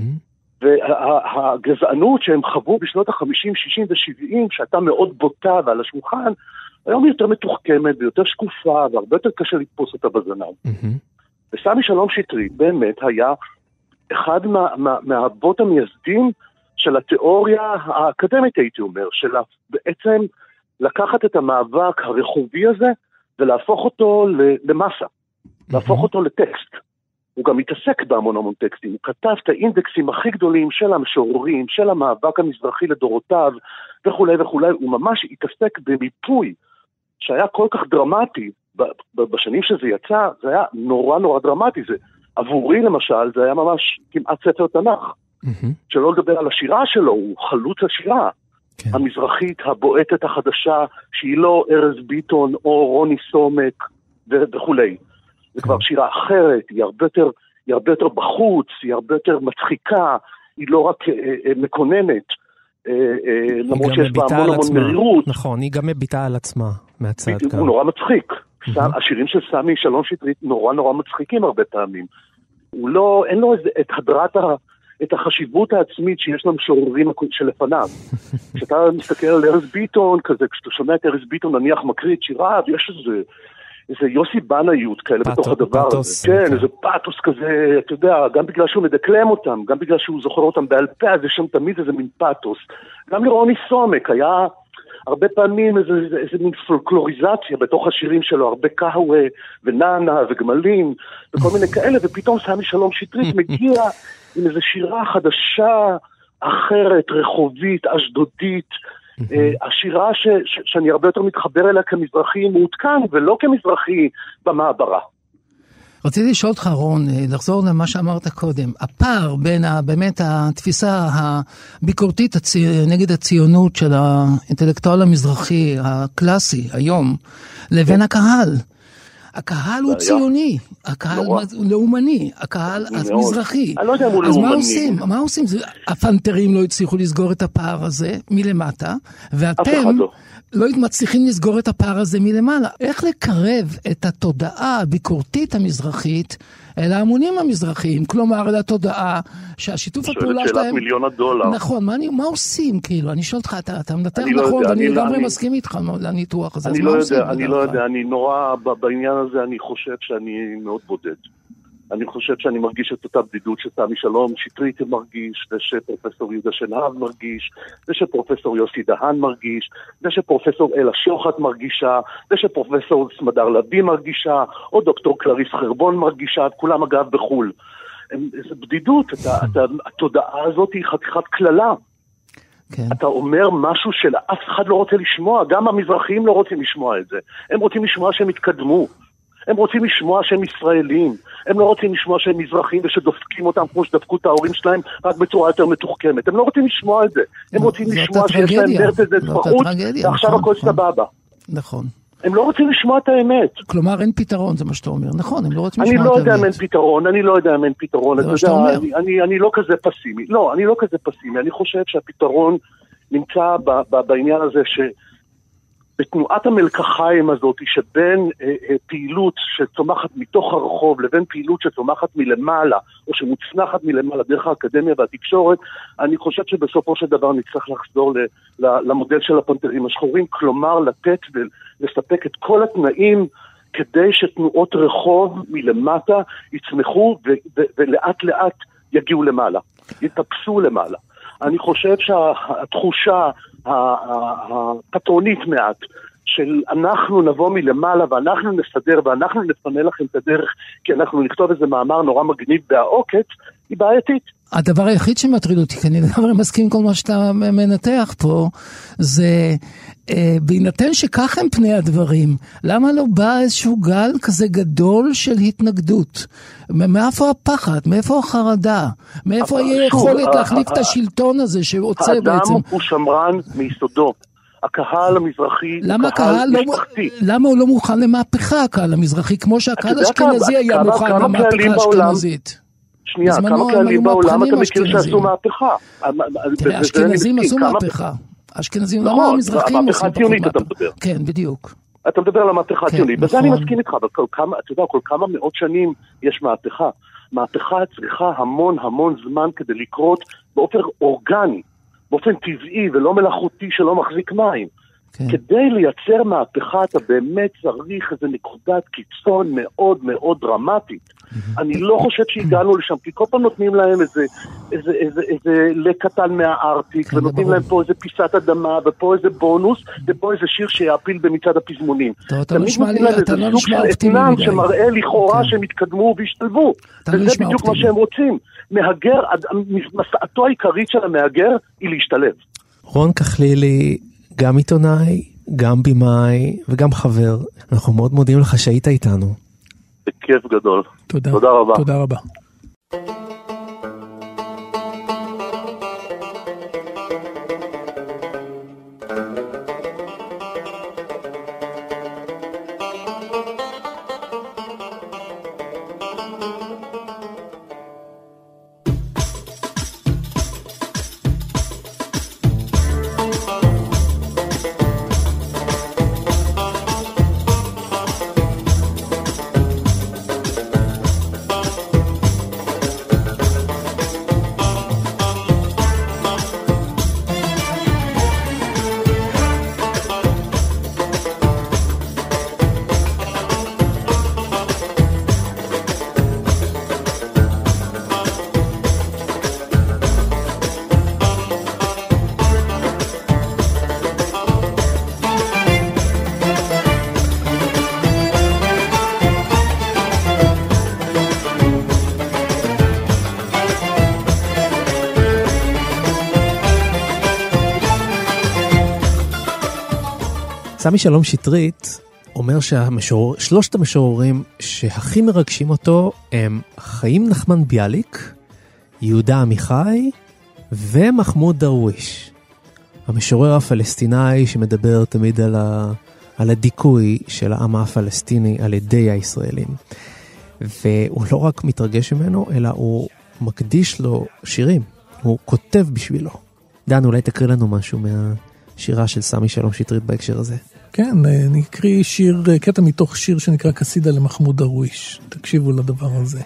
והגזענות שהם חוו בשנות ה-חמישים, שישים ו-שבעים, שהייתה מאוד בוטה ועל השולחן, היום היא יותר מתוחכמת ויותר שקופה, והרבה יותר קשה לתפוס אותה בזנב. וסמי שלום שטרית באמת היה אחד מה, מה, מהאבות המייסדים של התיאוריה האקדמית, הייתי אומר, של בעצם לקחת את המאבק הרחובי הזה, ולהפוך אותו למסה, להפוך אותו לטקסט. הוא גם מתעסק בהמון המון טקסטים, הוא כתב את האינדקסים הכי גדולים של המשוררים, של המאבק המזרחי לדורותיו, וכו' וכו'. הוא ממש התעסק במיפוי שהיה כל כך דרמטי, בשנים שזה יצא, זה היה נורא נורא דרמטי. זה, עבורי למשל, זה היה ממש כמעט ספר תנ"ך. Mm-hmm. שלא לדבר על השירה שלו, הוא חלוץ השירה. כן. המזרחית, הבועטת החדשה, שהיא לא ארז ביטון או רוני סומק וכו'. זה כבר שירה אחרת, היא הרבה יותר, היא הרבה יותר בחוץ, היא הרבה יותר מצחיקה, היא לא רק מקוננת, למרות שיש בה המון המון מרירות. נכון, היא גם מביטה על עצמה מהצד. הוא נורא מצחיק. השירים של סמי שלום שטרית נורא נורא מצחיקים הרבה פעמים. הוא לא, אין לו את הדרת ה... את החשיבות העצמית שיש למשוררים שלפניו. כשאתה מסתכל על ארז ביטון כזה, כשאתה שומע את ארז ביטון נניח מקריא את שיריו, יש איזה, איזה יוסי בנאיות כאלה פאטו, בתוך הדבר פאטוס, הזה. כן, איזה פאטוס כזה, אתה יודע, גם בגלל שהוא מדקלם אותם, גם בגלל שהוא זוכר אותם בעל פה, אז יש שם תמיד איזה מין פאטוס. גם לרוני סומק היה הרבה פעמים איזה, איזה, איזה מין פולקלוריזציה בתוך השירים שלו, הרבה קהווה ונענה וגמלים וכל מיני כאלה, ופתאום סמי שלום שטרית מגיע עם איזו שירה חדשה, אחרת, רחובית, אשדודית, השירה ש, ש, שאני הרבה יותר מתחבר אליה כמזרחי מעודכן, ולא כמזרחי במעברה. רציתי לשאול אותך, רון, לחזור למה שאמרת קודם. הפער בין באמת התפיסה הביקורתית הצי... נגד הציונות של האינטלקטואל המזרחי הקלאסי היום, לבין הקהל. הקהל הוא ציוני, הקהל הוא לאומני, הקהל המזרחי. אני לא יודע אם הוא לאומני. אז מה עושים? מה עושים? הפנתרים לא הצליחו לסגור את הפער הזה מלמטה, ואתם לא מצליחים לסגור את הפער הזה מלמעלה. איך לקרב את התודעה הביקורתית המזרחית אל ההמונים המזרחיים? כלומר, אל התודעה שהשיתוף הפעולה שלהם... שאלת מיליון הדולר. נכון, מה, אני, מה עושים כאילו? אני שואל אותך, אתה, אתה מדבר נכון, ואני לגמרי מסכים איתך לניתוח הזה. אני לא יודע, אני לא יודע, אני נורא, בעניין הזה אני חושב שאני מאוד בודד. אני חושב שאני מרגיש את אותה בדידות שסמי שלום שטרית מרגיש, ושפרופסור יהודה שנהב מרגיש, ושפרופסור יוסי דהן מרגיש, ושפרופסור אלה שוחט מרגישה, ושפרופסור סמדר לוי מרגישה, או דוקטור קלריס חרבון מרגישה, כולם אגב בחול. זו בדידות, התודעה הזאת היא חתיכת כללה. כן. אתה אומר משהו שאף אחד לא רוצה לשמוע, גם המזרחים לא רוצים לשמוע את זה. הם רוצים לשמוע שהם התקדמו. הם רוצים לשמוע שהם ישראלים, הם לא רוצים לשמוע שהם מזרחים ושדופקים אותם כמו שדפקו את ההורים שלהם רק בצורה יותר מתוחכמת, הם לא רוצים לשמוע את זה, הם רוצים לשמוע שיש להם דרך איזה צפחות ועכשיו הכל סבבה. נכון. הם לא רוצים לשמוע את האמת. כלומר אין פתרון, זה מה שאתה אומר, נכון, הם לא רוצים לשמוע את האמת. אני לא יודע אם אין פתרון, אני לא יודע אם אין פתרון, זה מה שאתה אומר. אני לא כזה פסימי, לא, אני לא כזה פסימי, אני חושב שהפתרון נמצא בעניין הזה ש... בתנועת המלקחיים הזאת שבין אה, אה, פעילות שצומחת מתוך הרחוב לבין פעילות שצומחת מלמעלה או שמוצנחת מלמעלה דרך האקדמיה והתקשורת, אני חושב שבסופו של דבר נצטרך לחזור ל, ל, למודל של הפנתרים השחורים, כלומר לתת ולספק את כל התנאים כדי שתנועות רחוב מלמטה יצמחו ו, ו, ולאט לאט יגיעו למעלה, יתפסו למעלה. אני חושב שהתחושה הפטרונית מעט של אנחנו נבוא מלמעלה ואנחנו נסדר ואנחנו נפנה לכם את הדרך כי אנחנו נכתוב איזה מאמר נורא מגניב בעוקץ, היא בעייתית. הדבר היחיד שמטריד אותי, כי אני לגמרי מסכים כל מה שאתה מנתח פה, זה אה, בהינתן שכך הם פני הדברים, למה לא בא איזשהו גל כזה גדול של התנגדות? מאיפה הפחד? מאיפה החרדה? מאיפה יהיה יכולת להחליף את השלטון הזה שעוצר בעצם? האדם הוא שמרן מיסודו. הקהל המזרחי למה קהל משפחתי. לא, למה הוא לא מוכן למהפכה, הקהל המזרחי, כמו שהקהל האשכנזי היה מוכן למהפכה האשכנזית? שנייה, כמה קהלים בעולם אתה מכיר שעשו מהפכה? תראה, אשכנזים עשו מהפכה. אשכנזים, למה המזרחים עושים מהפכה ציונית אתה מדבר. כן, בדיוק. אתה מדבר על המהפכה הציונית, בזה אני מסכים איתך, אבל אתה יודע, כל כמה מאות שנים יש מהפכה. מהפכה צריכה המון המון זמן כדי לקרות באופן אורגני, באופן טבעי ולא מלאכותי שלא מחזיק מים. כן. כדי לייצר מהפכה אתה באמת צריך איזו נקודת קיצון מאוד מאוד דרמטית. אני לא חושב שהגענו לשם, כי כל פעם נותנים להם איזה, איזה, איזה, איזה לקטן מהארטיק, כן, ונותנים להם פה איזה פיסת אדמה, ופה איזה בונוס, ופה איזה שיר שיעפיל במצעד הפזמונים. טוב, אתה לא נשמע לי, אתה לא נשמע אופטימי מדי. שמראה לכאורה כן. שהם התקדמו והשתלבו. וזה בדיוק אופטימי. מה שהם רוצים. מהגר, מסעתו העיקרית של המהגר היא להשתלב. רון כחלילי, גם עיתונאי, גם בימאי וגם חבר. אנחנו מאוד מודים לך שהיית איתנו. בכיף גדול. תודה. תודה רבה. תודה רבה. סמי שלום שטרית אומר ששלושת המשוררים שהכי מרגשים אותו הם חיים נחמן ביאליק, יהודה עמיחי ומחמוד דרוויש. המשורר הפלסטיני שמדבר תמיד על, ה... על הדיכוי של העם הפלסטיני על ידי הישראלים. והוא לא רק מתרגש ממנו, אלא הוא מקדיש לו שירים. הוא כותב בשבילו. דן, אולי תקריא לנו משהו מהשירה של סמי שלום שטרית בהקשר הזה. כן, נקריא שיר, קטע מתוך שיר שנקרא קסידה למחמוד דרוויש. תקשיבו לדבר הזה.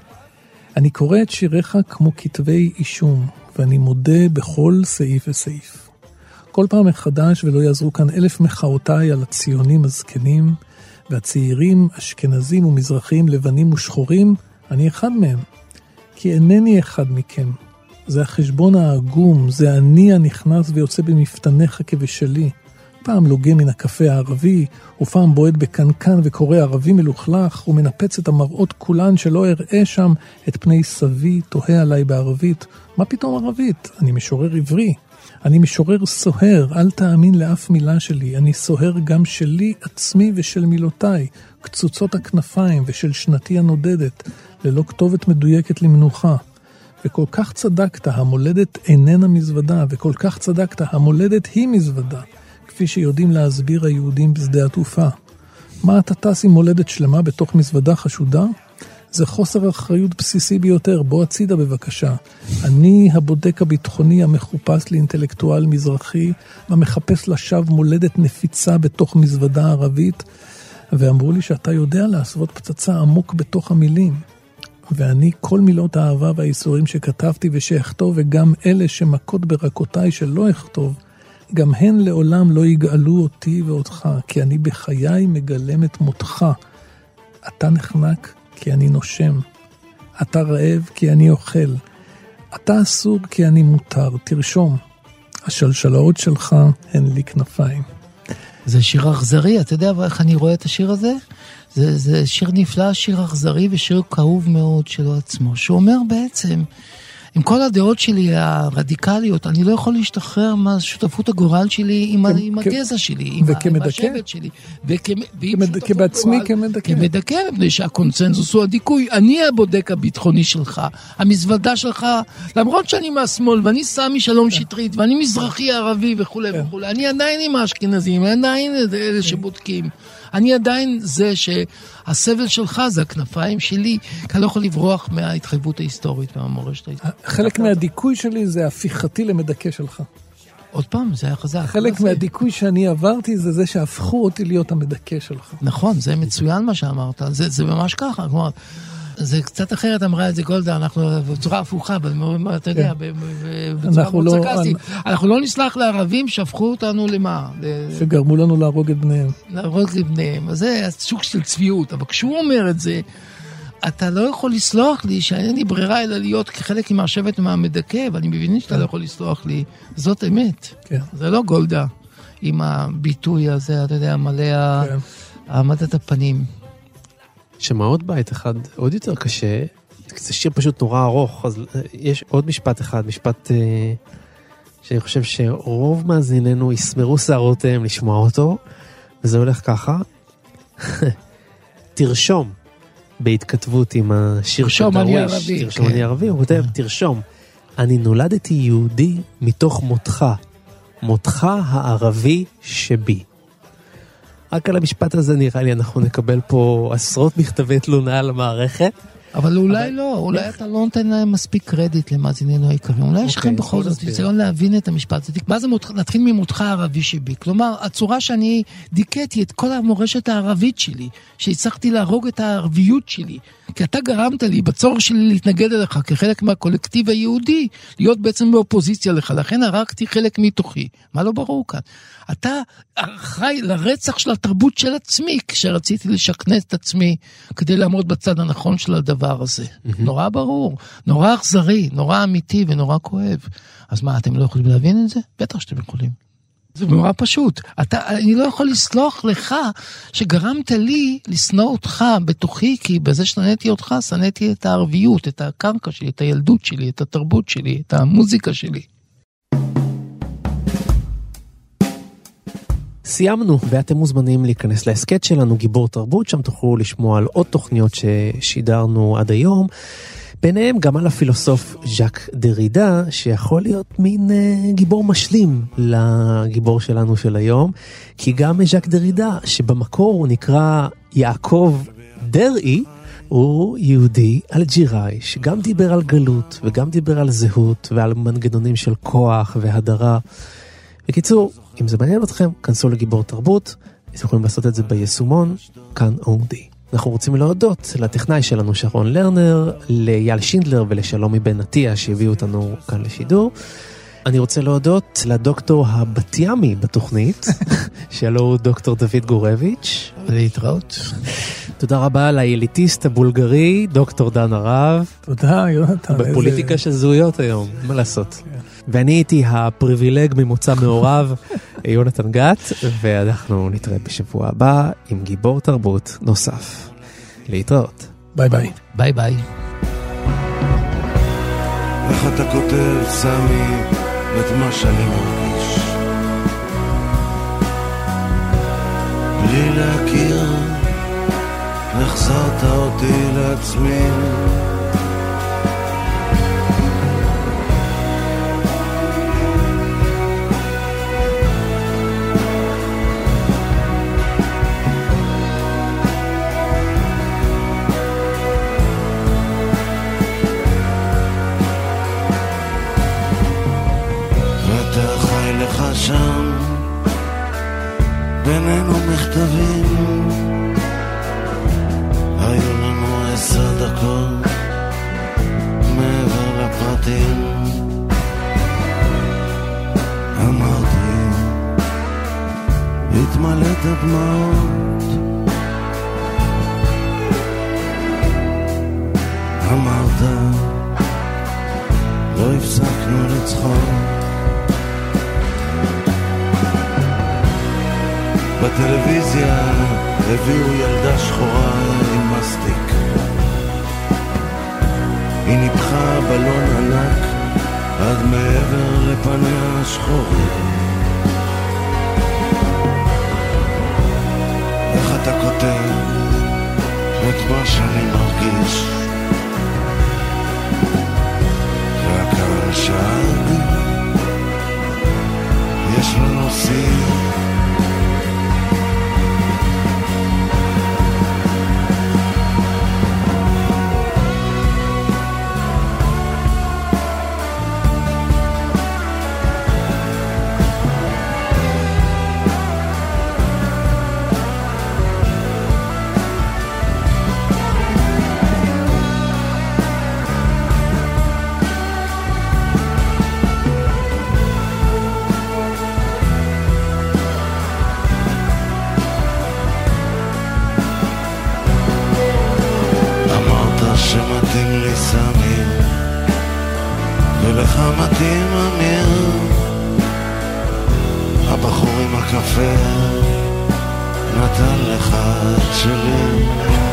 אני קורא את שיריך כמו כתבי אישום, ואני מודה בכל סעיף וסעיף. כל פעם מחדש, ולא יעזרו כאן אלף מחאותיי על הציונים הזקנים, והצעירים, אשכנזים ומזרחים, לבנים ושחורים, אני אחד מהם. כי אינני אחד מכם. זה החשבון העגום, זה אני הנכנס ויוצא במפתניך כבשלי. פעם לוגה מן הקפה הערבי, ופעם בועט בקנקן וקורא ערבי מלוכלך, ומנפץ את המראות כולן שלא אראה שם את פני סבי, תוהה עליי בערבית. מה פתאום ערבית? אני משורר עברי. אני משורר סוהר, אל תאמין לאף מילה שלי. אני סוהר גם שלי עצמי ושל מילותיי, קצוצות הכנפיים ושל שנתי הנודדת, ללא כתובת מדויקת למנוחה. וכל כך צדקת, המולדת איננה מזוודה, וכל כך צדקת, המולדת היא מזוודה, כפי שיודעים להסביר היהודים בשדה התעופה. מה אתה טס עם מולדת שלמה בתוך מזוודה חשודה? זה חוסר אחריות בסיסי ביותר, בוא הצידה בבקשה. אני הבודק הביטחוני המחופש לאינטלקטואל מזרחי, המחפש לשווא מולדת נפיצה בתוך מזוודה ערבית, ואמרו לי שאתה יודע לעשות פצצה עמוק בתוך המילים. ואני כל מילות האהבה והאיסורים שכתבתי ושאכתוב, וגם אלה שמכות ברקותיי שלא אכתוב, גם הן לעולם לא יגאלו אותי ואותך, כי אני בחיי מגלם את מותך. אתה נחנק כי אני נושם. אתה רעב כי אני אוכל. אתה אסור כי אני מותר. תרשום. השלשלאות שלך הן לי כנפיים. זה שיר אכזרי, אתה יודע איך אני רואה את השיר הזה? זה, זה שיר נפלא, שיר אכזרי ושיר כאוב מאוד שלו עצמו, שאומר בעצם, עם כל הדעות שלי הרדיקליות, אני לא יכול להשתחרר מהשותפות הגורל שלי עם, כ- עם כ- הגזע שלי, עם, עם השבט שלי. כבעצמי כמדכא. כמדכא, מפני שהקונצנזוס הוא הדיכוי. אני הבודק הביטחוני שלך, המזוודה שלך, למרות שאני מהשמאל, ואני סמי שלום שטרית, ואני מזרחי ערבי וכו' וכו'. אני עדיין עם האשכנזים, אני עדיין אלה שבודקים. אני עדיין זה שהסבל שלך זה הכנפיים שלי, כי אני לא יכול לברוח מההתחייבות ההיסטורית, מהמורשת ההיסטורית. חלק מהדיכוי שלי זה הפיכתי למדכא שלך. עוד פעם, זה היה חזק. חלק מהדיכוי שאני עברתי זה זה שהפכו אותי להיות המדכא שלך. נכון, זה מצוין מה שאמרת, זה, זה ממש ככה, כלומר, זה קצת אחרת אמרה את זה גולדה, אנחנו בצורה הפוכה, אתה יודע, בצורה מאוד סרקסטית. אנחנו לא נסלח לערבים שהפכו אותנו למה? שגרמו לנו להרוג את בניהם. להרוג את בניהם, אז זה סוג של צביעות, אבל כשהוא אומר את זה, אתה לא יכול לסלוח לי שאין לי ברירה אלא להיות כחלק מהשבט מהמדכא, ואני מבין שאתה לא יכול לסלוח לי, זאת אמת. זה לא גולדה, עם הביטוי הזה, אתה יודע, מלא העמדת הפנים. שמעות בית אחד עוד יותר קשה, זה שיר פשוט נורא ארוך, אז יש עוד משפט אחד, משפט אה, שאני חושב שרוב מאזיננו יסמרו שערותיהם לשמוע אותו, וזה הולך ככה. תרשום בהתכתבות עם השיר של דרוויש, תרשום אני ערבי, הוא כותב, תרשום, אני נולדתי יהודי מתוך מותך, מותך הערבי שבי. רק על המשפט הזה נראה לי אנחנו נקבל פה עשרות מכתבי תלונה על המערכת. אבל אולי לא, אולי אתה לא נותן להם מספיק קרדיט למאזיננו העיקריים. אולי יש לכם בכל זאת ניסיון להבין את המשפט הזה. מה זה נתחיל ממותך הערבי שבי? כלומר, הצורה שאני דיכאתי את כל המורשת הערבית שלי, שהצלחתי להרוג את הערביות שלי, כי אתה גרמת לי בצורך שלי להתנגד אליך כחלק מהקולקטיב היהודי, להיות בעצם באופוזיציה לך, לכן הרגתי חלק מתוכי. מה לא ברור כאן? אתה אחראי לרצח של התרבות של עצמי, כשרציתי לשכנס את עצמי כדי לעמוד בצד הנכון של הדבר הזה. Mm-hmm. נורא ברור, נורא אכזרי, נורא אמיתי ונורא כואב. אז מה, אתם לא יכולים להבין את זה? בטח שאתם יכולים. זה נורא פשוט. אתה, אני לא יכול לסלוח לך שגרמת לי לשנוא אותך בתוכי, כי בזה שנאתי אותך, שנאתי את הערביות, את הקרקע שלי, את הילדות שלי, את התרבות שלי, את המוזיקה שלי. סיימנו, ואתם מוזמנים להיכנס להסקט שלנו גיבור תרבות, שם תוכלו לשמוע על עוד תוכניות ששידרנו עד היום, ביניהם גם על הפילוסוף ז'אק דרידה, שיכול להיות מין uh, גיבור משלים לגיבור שלנו של היום, כי גם ז'אק דרידה, שבמקור הוא נקרא יעקב דרעי, הוא יהודי אלג'יראי, שגם דיבר על גלות, וגם דיבר על זהות, ועל מנגנונים של כוח והדרה. בקיצור, אם זה מעניין אתכם, כנסו לגיבור תרבות, אתם יכולים לעשות את זה ביישומון, כאן אודי. אנחנו רוצים להודות לטכנאי שלנו שרון לרנר, ליאל שינדלר ולשלום מבן עטיה שהביאו אותנו כאן לשידור. אני רוצה להודות לדוקטור הבטיאמי בתוכנית, שלו דוקטור דוד גורביץ'. להתראות. תודה רבה לאליטיסט הבולגרי, דוקטור דן הרב. תודה, יונתן. בפוליטיקה של זהויות היום, מה לעשות? ואני הייתי הפריבילג ממוצא מעורב, יונתן גת, ואנחנו נתראה בשבוע הבא עם גיבור תרבות נוסף. להתראות. ביי ביי. ביי ביי. איך אתה כותב, סמי, את מה שאני מרגיש? בלי להכיר, החזרת אותי לעצמי. שם בינינו מכתבים, היו לנו עשר דקות מעבר לפרטים. אמרתי, התמלאת דמעות, אמרת, לא הפסקנו לצחוק. בטלוויזיה הביאו ילדה שחורה עם מסטיק, היא ניפחה בלון ענק עד מעבר לפניה השחורים. איך אתה כותב את מה שאני מרגיש? והקהל שאל, יש לו נושאים, מתאים אמיר, הבחור עם הקפה נתן לך את שלי.